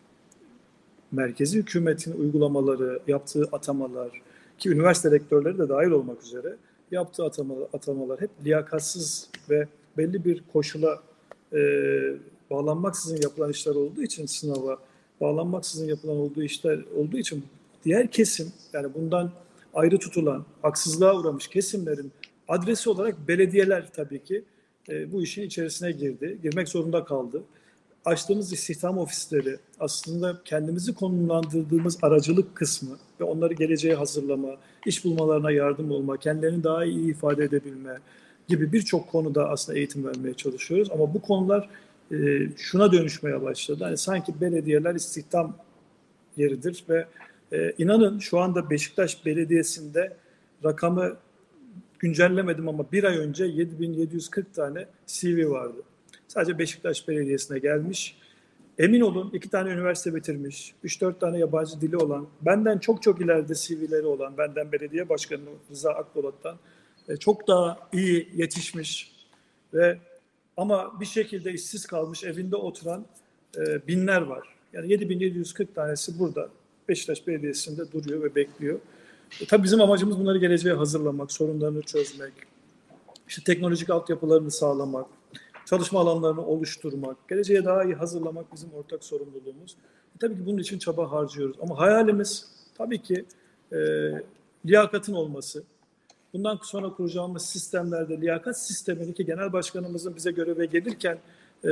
S2: merkezi hükümetin uygulamaları, yaptığı atamalar ki üniversite rektörleri de dahil olmak üzere yaptığı atamalar, atamalar hep liyakatsız ve belli bir koşula e, bağlanmaksızın yapılan işler olduğu için sınava bağlanmaksızın yapılan olduğu işler olduğu için diğer kesim yani bundan ayrı tutulan, haksızlığa uğramış kesimlerin adresi olarak belediyeler tabii ki e, bu işin içerisine girdi, girmek zorunda kaldı. Açtığımız istihdam ofisleri aslında kendimizi konumlandırdığımız aracılık kısmı ve onları geleceğe hazırlama, iş bulmalarına yardım olma, kendilerini daha iyi ifade edebilme gibi birçok konuda aslında eğitim vermeye çalışıyoruz. Ama bu konular e, şuna dönüşmeye başladı. Yani sanki belediyeler istihdam yeridir ve e, inanın şu anda Beşiktaş Belediyesi'nde rakamı güncellemedim ama bir ay önce yedi bin yedi yüz kırk tane C V vardı. Sadece Beşiktaş Belediyesi'ne gelmiş. Emin olun iki tane üniversite bitirmiş, üç dört tane yabancı dili olan, benden çok çok ileride C V'leri olan, benden belediye başkanı Rıza Akpolat'tan e, çok daha iyi yetişmiş ve ama bir şekilde işsiz kalmış, evinde oturan e, binler var. Yani yedi bin yedi yüz kırk tanesi burada Beşiktaş Belediyesi'nde duruyor ve bekliyor. E, tabii bizim amacımız bunları geleceğe hazırlamak, sorunlarını çözmek, işte teknolojik altyapılarını sağlamak, çalışma alanlarını oluşturmak, geleceğe daha iyi hazırlamak bizim ortak sorumluluğumuz. E, tabii ki bunun için çaba harcıyoruz. Ama hayalimiz tabii ki e, liyakatın olması. Bundan sonra kuracağımız sistemlerde liyakat sistemini, ki Genel Başkanımızın bize göreve gelirken e,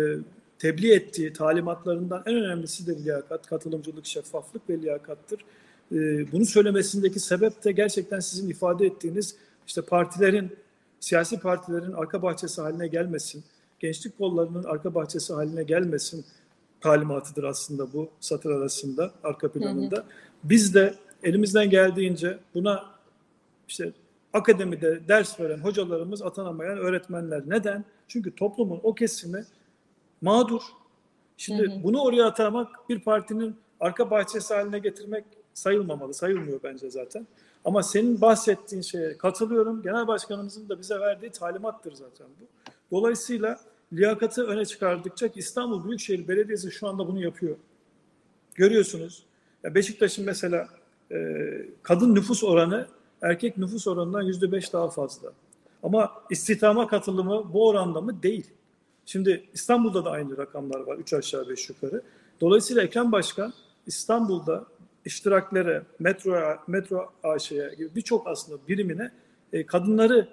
S2: tebliğ ettiği talimatlarından en önemlisi de liyakat, katılımcılık, şeffaflık ve liyakattır. E, bunu söylemesindeki sebep de gerçekten sizin ifade ettiğiniz işte partilerin, siyasi partilerin arka bahçesi haline gelmesin, gençlik kollarının arka bahçesi haline gelmesin talimatıdır aslında bu satır arasında, arka planında. Hı hı. Biz de elimizden geldiğince buna işte akademide ders veren hocalarımız, atanamayan öğretmenler. Neden? Çünkü toplumun o kesimi mağdur. Şimdi hı hı. bunu oraya atamak bir partinin arka bahçesi haline getirmek sayılmamalı, sayılmıyor bence zaten. Ama senin bahsettiğin şeye katılıyorum. Genel Başkanımızın da bize verdiği talimattır zaten bu. Dolayısıyla liyakatı öne çıkardıkça, İstanbul Büyükşehir Belediyesi şu anda bunu yapıyor. Görüyorsunuz. Ya Beşiktaş'ın mesela e, kadın nüfus oranı erkek nüfus oranından yüzde beş daha fazla. Ama istihdama katılımı bu oranda mı? Değil. Şimdi İstanbul'da da aynı rakamlar var. Üç aşağı beş yukarı. Dolayısıyla Ekrem Başkan İstanbul'da iştiraklere, metro, metro A Ş'ye gibi birçok aslında birimine e, kadınları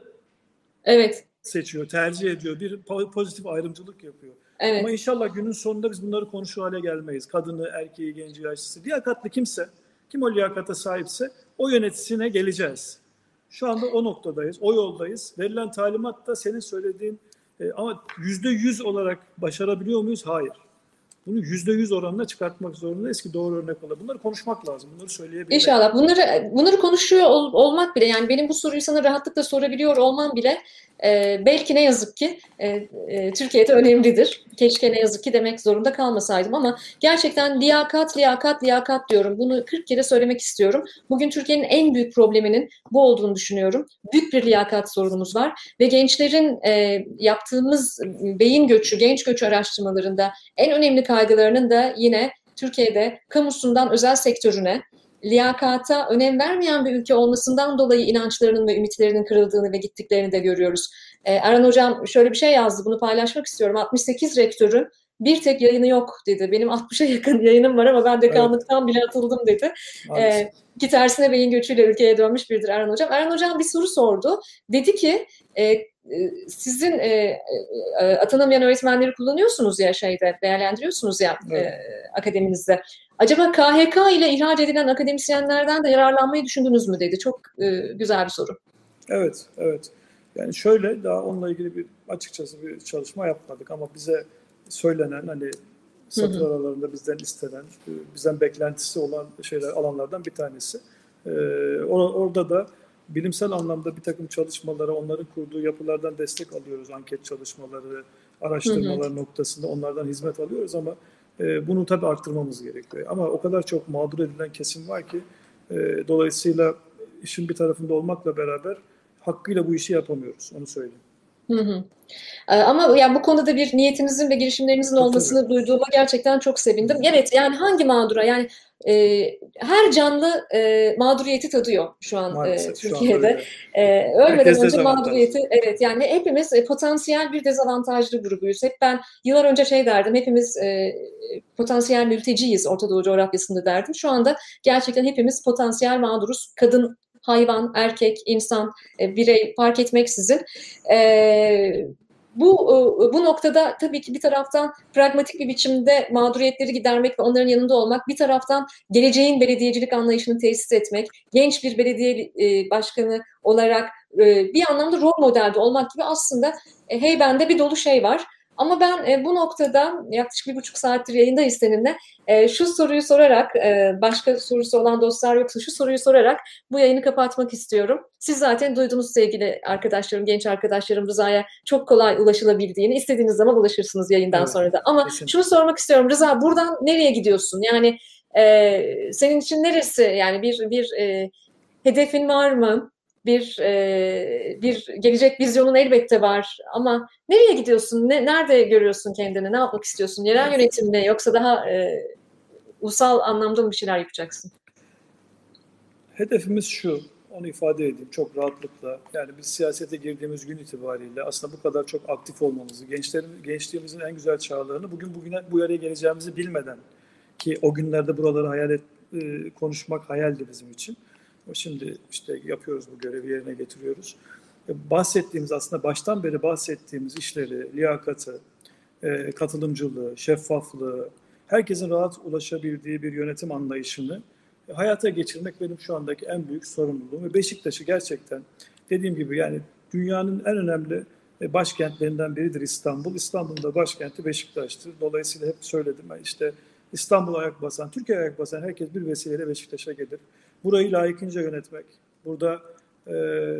S1: evet.
S2: seçiyor, tercih ediyor. Bir pozitif ayrımcılık yapıyor.
S1: Evet.
S2: Ama inşallah günün sonunda biz bunları konuşur hale gelmeyiz. Kadını, erkeği, genci, yaşlısı. Liyakatlı kimse, kim o liyakata sahipse o yöneticisine geleceğiz. Şu anda o noktadayız, o yoldayız. Verilen talimat da senin söylediğin e, ama yüzde yüz olarak başarabiliyor muyuz? Hayır. Bunu yüzde yüz oranına çıkartmak zorundayız ki doğru örnek olalım. Bunları konuşmak lazım, bunları söyleyebilmek.
S1: İnşallah. Bunları bunları konuşuyor ol, olmak bile, yani benim bu soruyu sana rahatlıkla sorabiliyor olmam bile e, belki ne yazık ki e, e, Türkiye'de önemlidir. Keşke ne yazık ki demek zorunda kalmasaydım ama gerçekten liyakat, liyakat, liyakat diyorum. Bunu kırk kere söylemek istiyorum. Bugün Türkiye'nin en büyük probleminin bu olduğunu düşünüyorum. Büyük bir liyakat sorunumuz var ve gençlerin e, yaptığımız beyin göçü, genç göçü araştırmalarında en önemli kaygılarının da yine Türkiye'de kamusundan özel sektörüne, liyakata önem vermeyen bir ülke olmasından dolayı inançlarının ve ümitlerinin kırıldığını ve gittiklerini de görüyoruz. Ee, Erhan Hocam şöyle bir şey yazdı, bunu paylaşmak istiyorum. altmış sekiz rektörün bir tek yayını yok dedi. Benim altmışa yakın yayınım var ama ben dekanlıktan evet. bile atıldım dedi. Ee, ki tersine beyin göçüyle ülkeye dönmüş biridir Erhan Hocam. Erhan Hocam bir soru sordu. Dedi ki e, sizin e, e, atanamayan öğretmenleri kullanıyorsunuz ya şeyde, değerlendiriyorsunuz ya evet. e, akademinizde. Acaba K H K ile ihraç edilen akademisyenlerden de yararlanmayı düşündünüz mü dedi. Çok e, güzel bir soru.
S2: Evet, evet. Yani şöyle, daha onunla ilgili bir açıkçası bir çalışma yapmadık ama bize söylenen, hani satır hı hı. aralarında bizden istenen, bizden beklentisi olan şeyler, alanlardan bir tanesi. Ee, or- orada da bilimsel anlamda bir takım çalışmalara, onların kurduğu yapılardan destek alıyoruz. Anket çalışmaları, araştırmalar hı hı. noktasında onlardan hizmet alıyoruz ama e, bunu tabii arttırmamız gerekiyor. Ama o kadar çok mağdur edilen kesim var ki e, dolayısıyla işin bir tarafında olmakla beraber hakkıyla bu işi yapamıyoruz. Onu söyleyeyim.
S1: Hı hı. Ama yani bu konuda da bir niyetinizin ve girişimlerinizin tabii, olmasını tabii. duyduğuma gerçekten çok sevindim. Hı. Evet, yani hangi mağdura, yani e, her canlı e, mağduriyeti tadıyor şu an e, Türkiye'de. Şu an e, ölmeden önce mağduriyeti, evet, yani hepimiz e, potansiyel bir dezavantajlı grubuyuz. Hep ben yıllar önce şey derdim, hepimiz e, potansiyel mülteciyiz Orta Doğu coğrafyasında derdim. Şu anda gerçekten hepimiz potansiyel mağduruz. Kadın, hayvan, erkek, insan, e, birey fark etmeksizin. E, bu e, bu noktada tabii ki bir taraftan pragmatik bir biçimde mağduriyetleri gidermek ve onların yanında olmak, bir taraftan geleceğin belediyecilik anlayışını tesis etmek, genç bir belediye e, başkanı olarak e, bir anlamda rol modelde olmak gibi aslında e, hey bende bir dolu şey var. Ama ben e, bu noktada yaklaşık bir buçuk saattir yayındayız seninle. E, şu soruyu sorarak, e, başka sorusu olan dostlar yoksa şu soruyu sorarak bu yayını kapatmak istiyorum. Siz zaten duydunuz sevgili arkadaşlarım, genç arkadaşlarım, Rıza'ya çok kolay ulaşılabildiğini, istediğiniz zaman ulaşırsınız yayından evet, sonra da. Ama kesinlikle. Şunu sormak istiyorum Rıza, buradan nereye gidiyorsun? Yani e, senin için neresi? Yani bir bir e, hedefin var mı? Bir e, bir gelecek vizyonun elbette var ama nereye gidiyorsun? Ne, nerede görüyorsun kendini? Ne yapmak istiyorsun? Yerel yönetim mi yoksa daha e, ulusal anlamda mı bir şeyler yapacaksın?
S2: Hedefimiz şu. onu ifade edeyim çok rahatlıkla. Yani biz siyasete girdiğimiz gün itibariyle aslında bu kadar çok aktif olmamızı, gençlerin, gençliğimizin en güzel çağlarını bugün bugüne bu yere geleceğimizi bilmeden ki o günlerde buraları hayal et, e, konuşmak hayaldi bizim için. Şimdi işte yapıyoruz bu görevi yerine getiriyoruz. E, bahsettiğimiz aslında baştan beri bahsettiğimiz işleri, liyakatı, e, katılımcılığı, şeffaflığı, herkesin rahat ulaşabildiği bir yönetim anlayışını hayata geçirmek benim şu andaki en büyük sorumluluğum. Ve Beşiktaş'ı gerçekten dediğim gibi yani dünyanın en önemli başkentlerinden biridir İstanbul. İstanbul'un da başkenti Beşiktaş'tır. Dolayısıyla hep söyledim ben işte İstanbul'a ayak basan, Türkiye'ye ayak basan herkes bir vesileyle Beşiktaş'a gelir. Burayı layıkınca yönetmek, burada e,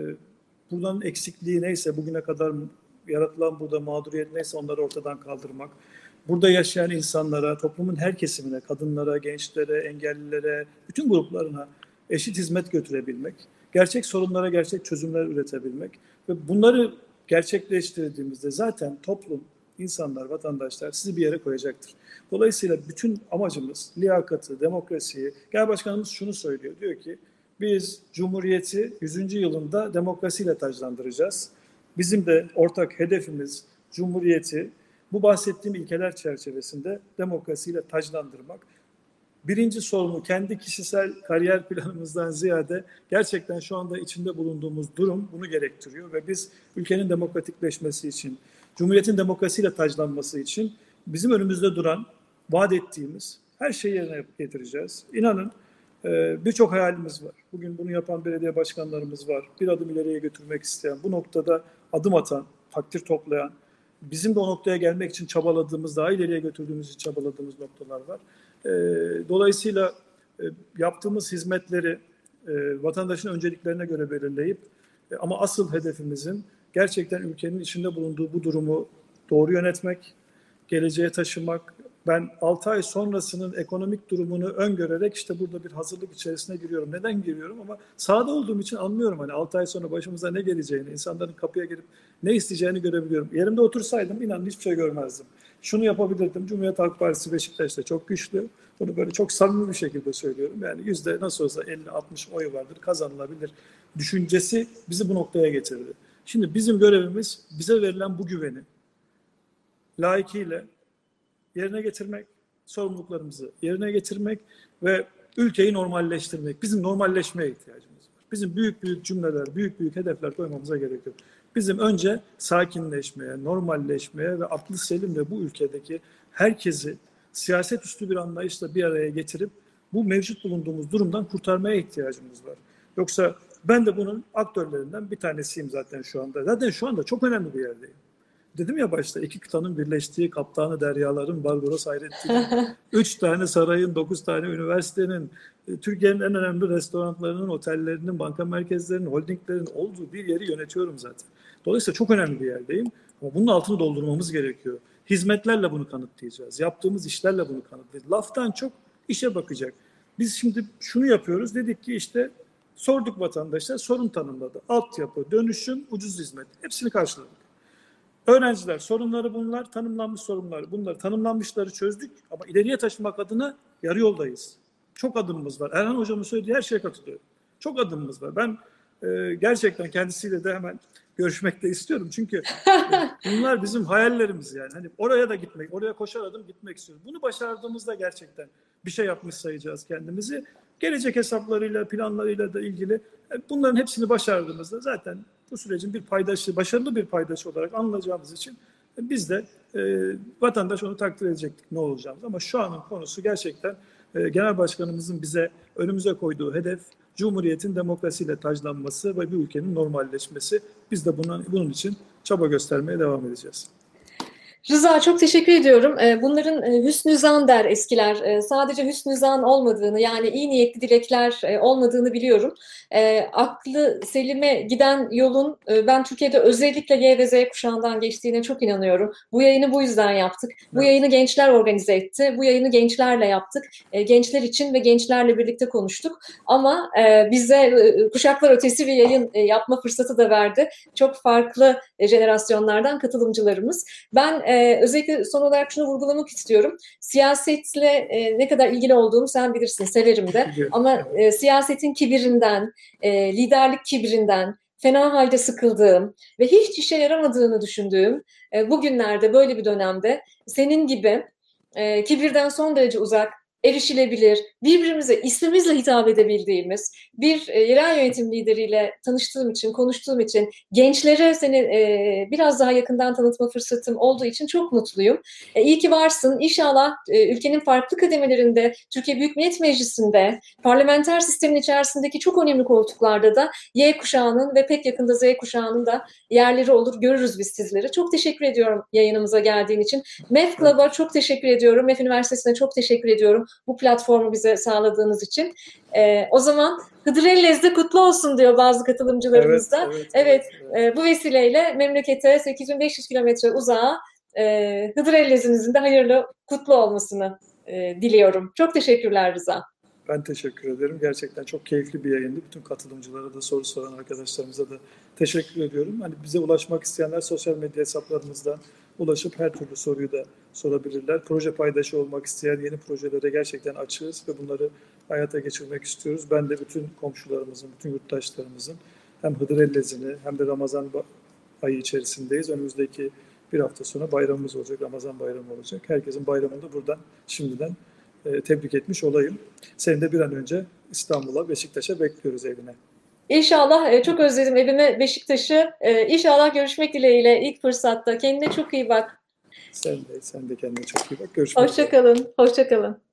S2: buradan eksikliği neyse bugüne kadar yaratılan burada mağduriyet neyse onları ortadan kaldırmak, burada yaşayan insanlara, toplumun her kesimine, kadınlara, gençlere, engellilere, bütün gruplarına eşit hizmet götürebilmek, gerçek sorunlara gerçek çözümler üretebilmek ve bunları gerçekleştirdiğimizde zaten toplum, insanlar, vatandaşlar sizi bir yere koyacaktır. Dolayısıyla bütün amacımız liyakatı, demokrasiyi, Genel Başkanımız şunu söylüyor, diyor ki biz Cumhuriyeti yüzüncü yılında demokrasiyle taclandıracağız. Bizim de ortak hedefimiz Cumhuriyeti bu bahsettiğim ilkeler çerçevesinde demokrasiyle taclandırmak. Birinci sorunu kendi kişisel kariyer planımızdan ziyade gerçekten şu anda içinde bulunduğumuz durum bunu gerektiriyor ve biz ülkenin demokratikleşmesi için, Cumhuriyetin demokrasiyle taclanması için bizim önümüzde duran, vaat ettiğimiz her şeyi yerine getireceğiz. İnanın birçok hayalimiz var. Bugün bunu yapan belediye başkanlarımız var. Bir adım ileriye götürmek isteyen, bu noktada adım atan, takdir toplayan, bizim de o noktaya gelmek için çabaladığımız, daha ileriye götürdüğümüz için çabaladığımız noktalar var. Dolayısıyla yaptığımız hizmetleri vatandaşın önceliklerine göre belirleyip ama asıl hedefimizin gerçekten ülkenin içinde bulunduğu bu durumu doğru yönetmek, geleceğe taşımak. Ben altı ay sonrasının ekonomik durumunu öngörerek işte burada bir hazırlık içerisine giriyorum. Neden giriyorum? Ama sahada olduğum için anlıyorum. Hani altı ay sonra başımıza ne geleceğini, insanların kapıya gelip ne isteyeceğini görebiliyorum. Yerimde otursaydım inanın hiçbir şey görmezdim. Şunu yapabilirdim. Cumhuriyet Halk Partisi Beşiktaş'ta çok güçlü. Bunu böyle çok samimi bir şekilde söylüyorum. Yani yüzde nasıl olsa elli altmış oyu vardır, kazanılabilir düşüncesi bizi bu noktaya getirdi. Şimdi bizim görevimiz bize verilen bu güveni layıkıyla yerine getirmek, sorumluluklarımızı yerine getirmek ve ülkeyi normalleştirmek. Bizim normalleşmeye ihtiyacımız var. Bizim büyük büyük cümleler, büyük büyük hedefler koymamıza gerek yok. Bizim önce sakinleşmeye, normalleşmeye ve aklı selimle bu ülkedeki herkesi siyaset üstü bir anlayışla bir araya getirip bu mevcut bulunduğumuz durumdan kurtarmaya ihtiyacımız var. Yoksa ben de bunun aktörlerinden bir tanesiyim zaten şu anda. Zaten şu anda çok önemli bir yerdeyim. Dedim ya başta iki kıtanın birleştiği kaptanı deryaların Barbaros Hayrettin'in, üç tane sarayın, dokuz tane üniversitenin, Türkiye'nin en önemli restoranlarının, otellerinin, banka merkezlerinin, holdinglerin olduğu bir yeri yönetiyorum zaten. Dolayısıyla çok önemli bir yerdeyim. Ama bunun altını doldurmamız gerekiyor. Hizmetlerle bunu kanıtlayacağız. Yaptığımız işlerle bunu kanıtlayacağız. Laftan çok işe bakacak. Biz şimdi şunu yapıyoruz. Dedik ki işte sorduk vatandaşlar, sorun tanımladı. Altyapı, dönüşüm, ucuz hizmet. Hepsini karşıladık. Öğrenciler sorunları bunlar, tanımlanmış sorunlar. Bunları tanımlanmışları çözdük ama ileriye taşımak adına yarı yoldayız. Çok adımımız var. Erhan Hocam'ın söylediği her şeye katılıyorum. Çok adımımız var. Ben e, gerçekten kendisiyle de hemen görüşmek de istiyorum. Çünkü e, bunlar bizim hayallerimiz yani. Hani oraya da gitmek, oraya koşar adım gitmek istiyoruz. Bunu başardığımızda gerçekten bir şey yapmış sayacağız kendimizi. Gelecek hesaplarıyla, planlarıyla da ilgili bunların hepsini başardığımızda zaten bu sürecin bir paydaşı, başarılı bir paydaşı olarak anılacağımız için biz de e, vatandaş onu takdir edecektik ne olacağımız. Ama şu anın konusu gerçekten e, Genel Başkanımızın bize önümüze koyduğu hedef Cumhuriyet'in demokrasiyle taclanması ve bir ülkenin normalleşmesi. Biz de bunun, bunun için çaba göstermeye devam edeceğiz.
S1: Rıza çok teşekkür ediyorum. Bunların hüsnü zan der eskiler. Sadece hüsnü zan olmadığını yani iyi niyetli dilekler olmadığını biliyorum. Aklı selime giden yolun ben Türkiye'de özellikle Y ve Z kuşağından geçtiğine çok inanıyorum. Bu yayını bu yüzden yaptık. Bu evet. Yayını gençler organize etti. Bu yayını gençlerle yaptık. Gençler için ve gençlerle birlikte konuştuk. Ama bize kuşaklar ötesi bir yayın yapma fırsatı da verdi. Çok farklı jenerasyonlardan katılımcılarımız. Ben e, özellikle son olarak şunu vurgulamak istiyorum. Siyasetle e, ne kadar ilgili olduğumu sen bilirsin, severim de.
S2: Biliyorum.
S1: Ama e, siyasetin kibirinden, e, liderlik kibirinden, fena halde sıkıldığım ve hiç işe yaramadığını düşündüğüm e, bugünlerde, böyle bir dönemde senin gibi e, kibirden son derece uzak, erişilebilir, birbirimize ismimizle hitap edebildiğimiz bir e, yerel yönetim lideriyle tanıştığım için, konuştuğum için, gençlere seni e, biraz daha yakından tanıtma fırsatım olduğu için çok mutluyum. E, iyi ki varsın. İnşallah e, ülkenin farklı kademelerinde, Türkiye Büyük Millet Meclisi'nde, parlamenter sistemin içerisindeki çok önemli koltuklarda da Y kuşağının ve pek yakında Z kuşağının da yerleri olur. Görürüz biz sizleri. Çok teşekkür ediyorum yayınımıza geldiğin için. M E F Club'a çok teşekkür ediyorum. M E F Üniversitesi'ne çok teşekkür ediyorum. Bu platformu bize sağladığınız için. Ee, o zaman Hıdrellez'de kutlu olsun diyor bazı katılımcılarımız da.
S2: Evet, evet,
S1: Evet,
S2: evet, evet.
S1: e, bu vesileyle memlekete sekiz bin beş yüz kilometre uzağa e, Hıdrellez'imizin de hayırlı, kutlu olmasını e, diliyorum. Çok teşekkürler Rıza.
S2: Ben teşekkür ederim. Gerçekten çok keyifli bir yayındı. Bütün katılımcılara da, soru soran arkadaşlarımıza da teşekkür ediyorum. Hani bize ulaşmak isteyenler sosyal medya hesaplarımızdan ulaşıp her türlü soruyu da sorabilirler. Proje paydaşı olmak isteyen yeni projelere gerçekten açığız ve bunları hayata geçirmek istiyoruz. Ben de bütün komşularımızın, bütün yurttaşlarımızın hem Hıdrellez'ini hem de Ramazan ayı içerisindeyiz. Önümüzdeki bir hafta sonra bayramımız olacak, Ramazan bayramı olacak. Herkesin bayramını da buradan şimdiden e, tebrik etmiş olayım. Seni de bir an önce İstanbul'a, Beşiktaş'a bekliyoruz evine.
S1: İnşallah, e, çok özledim evime, Beşiktaş'ı. E, İnşallah görüşmek dileğiyle ilk fırsatta. Kendine çok iyi bak.
S2: Sen de, sen de kendine çok iyi bak. Görüşmek üzere.
S1: Hoşça kalın, hoşça kalın.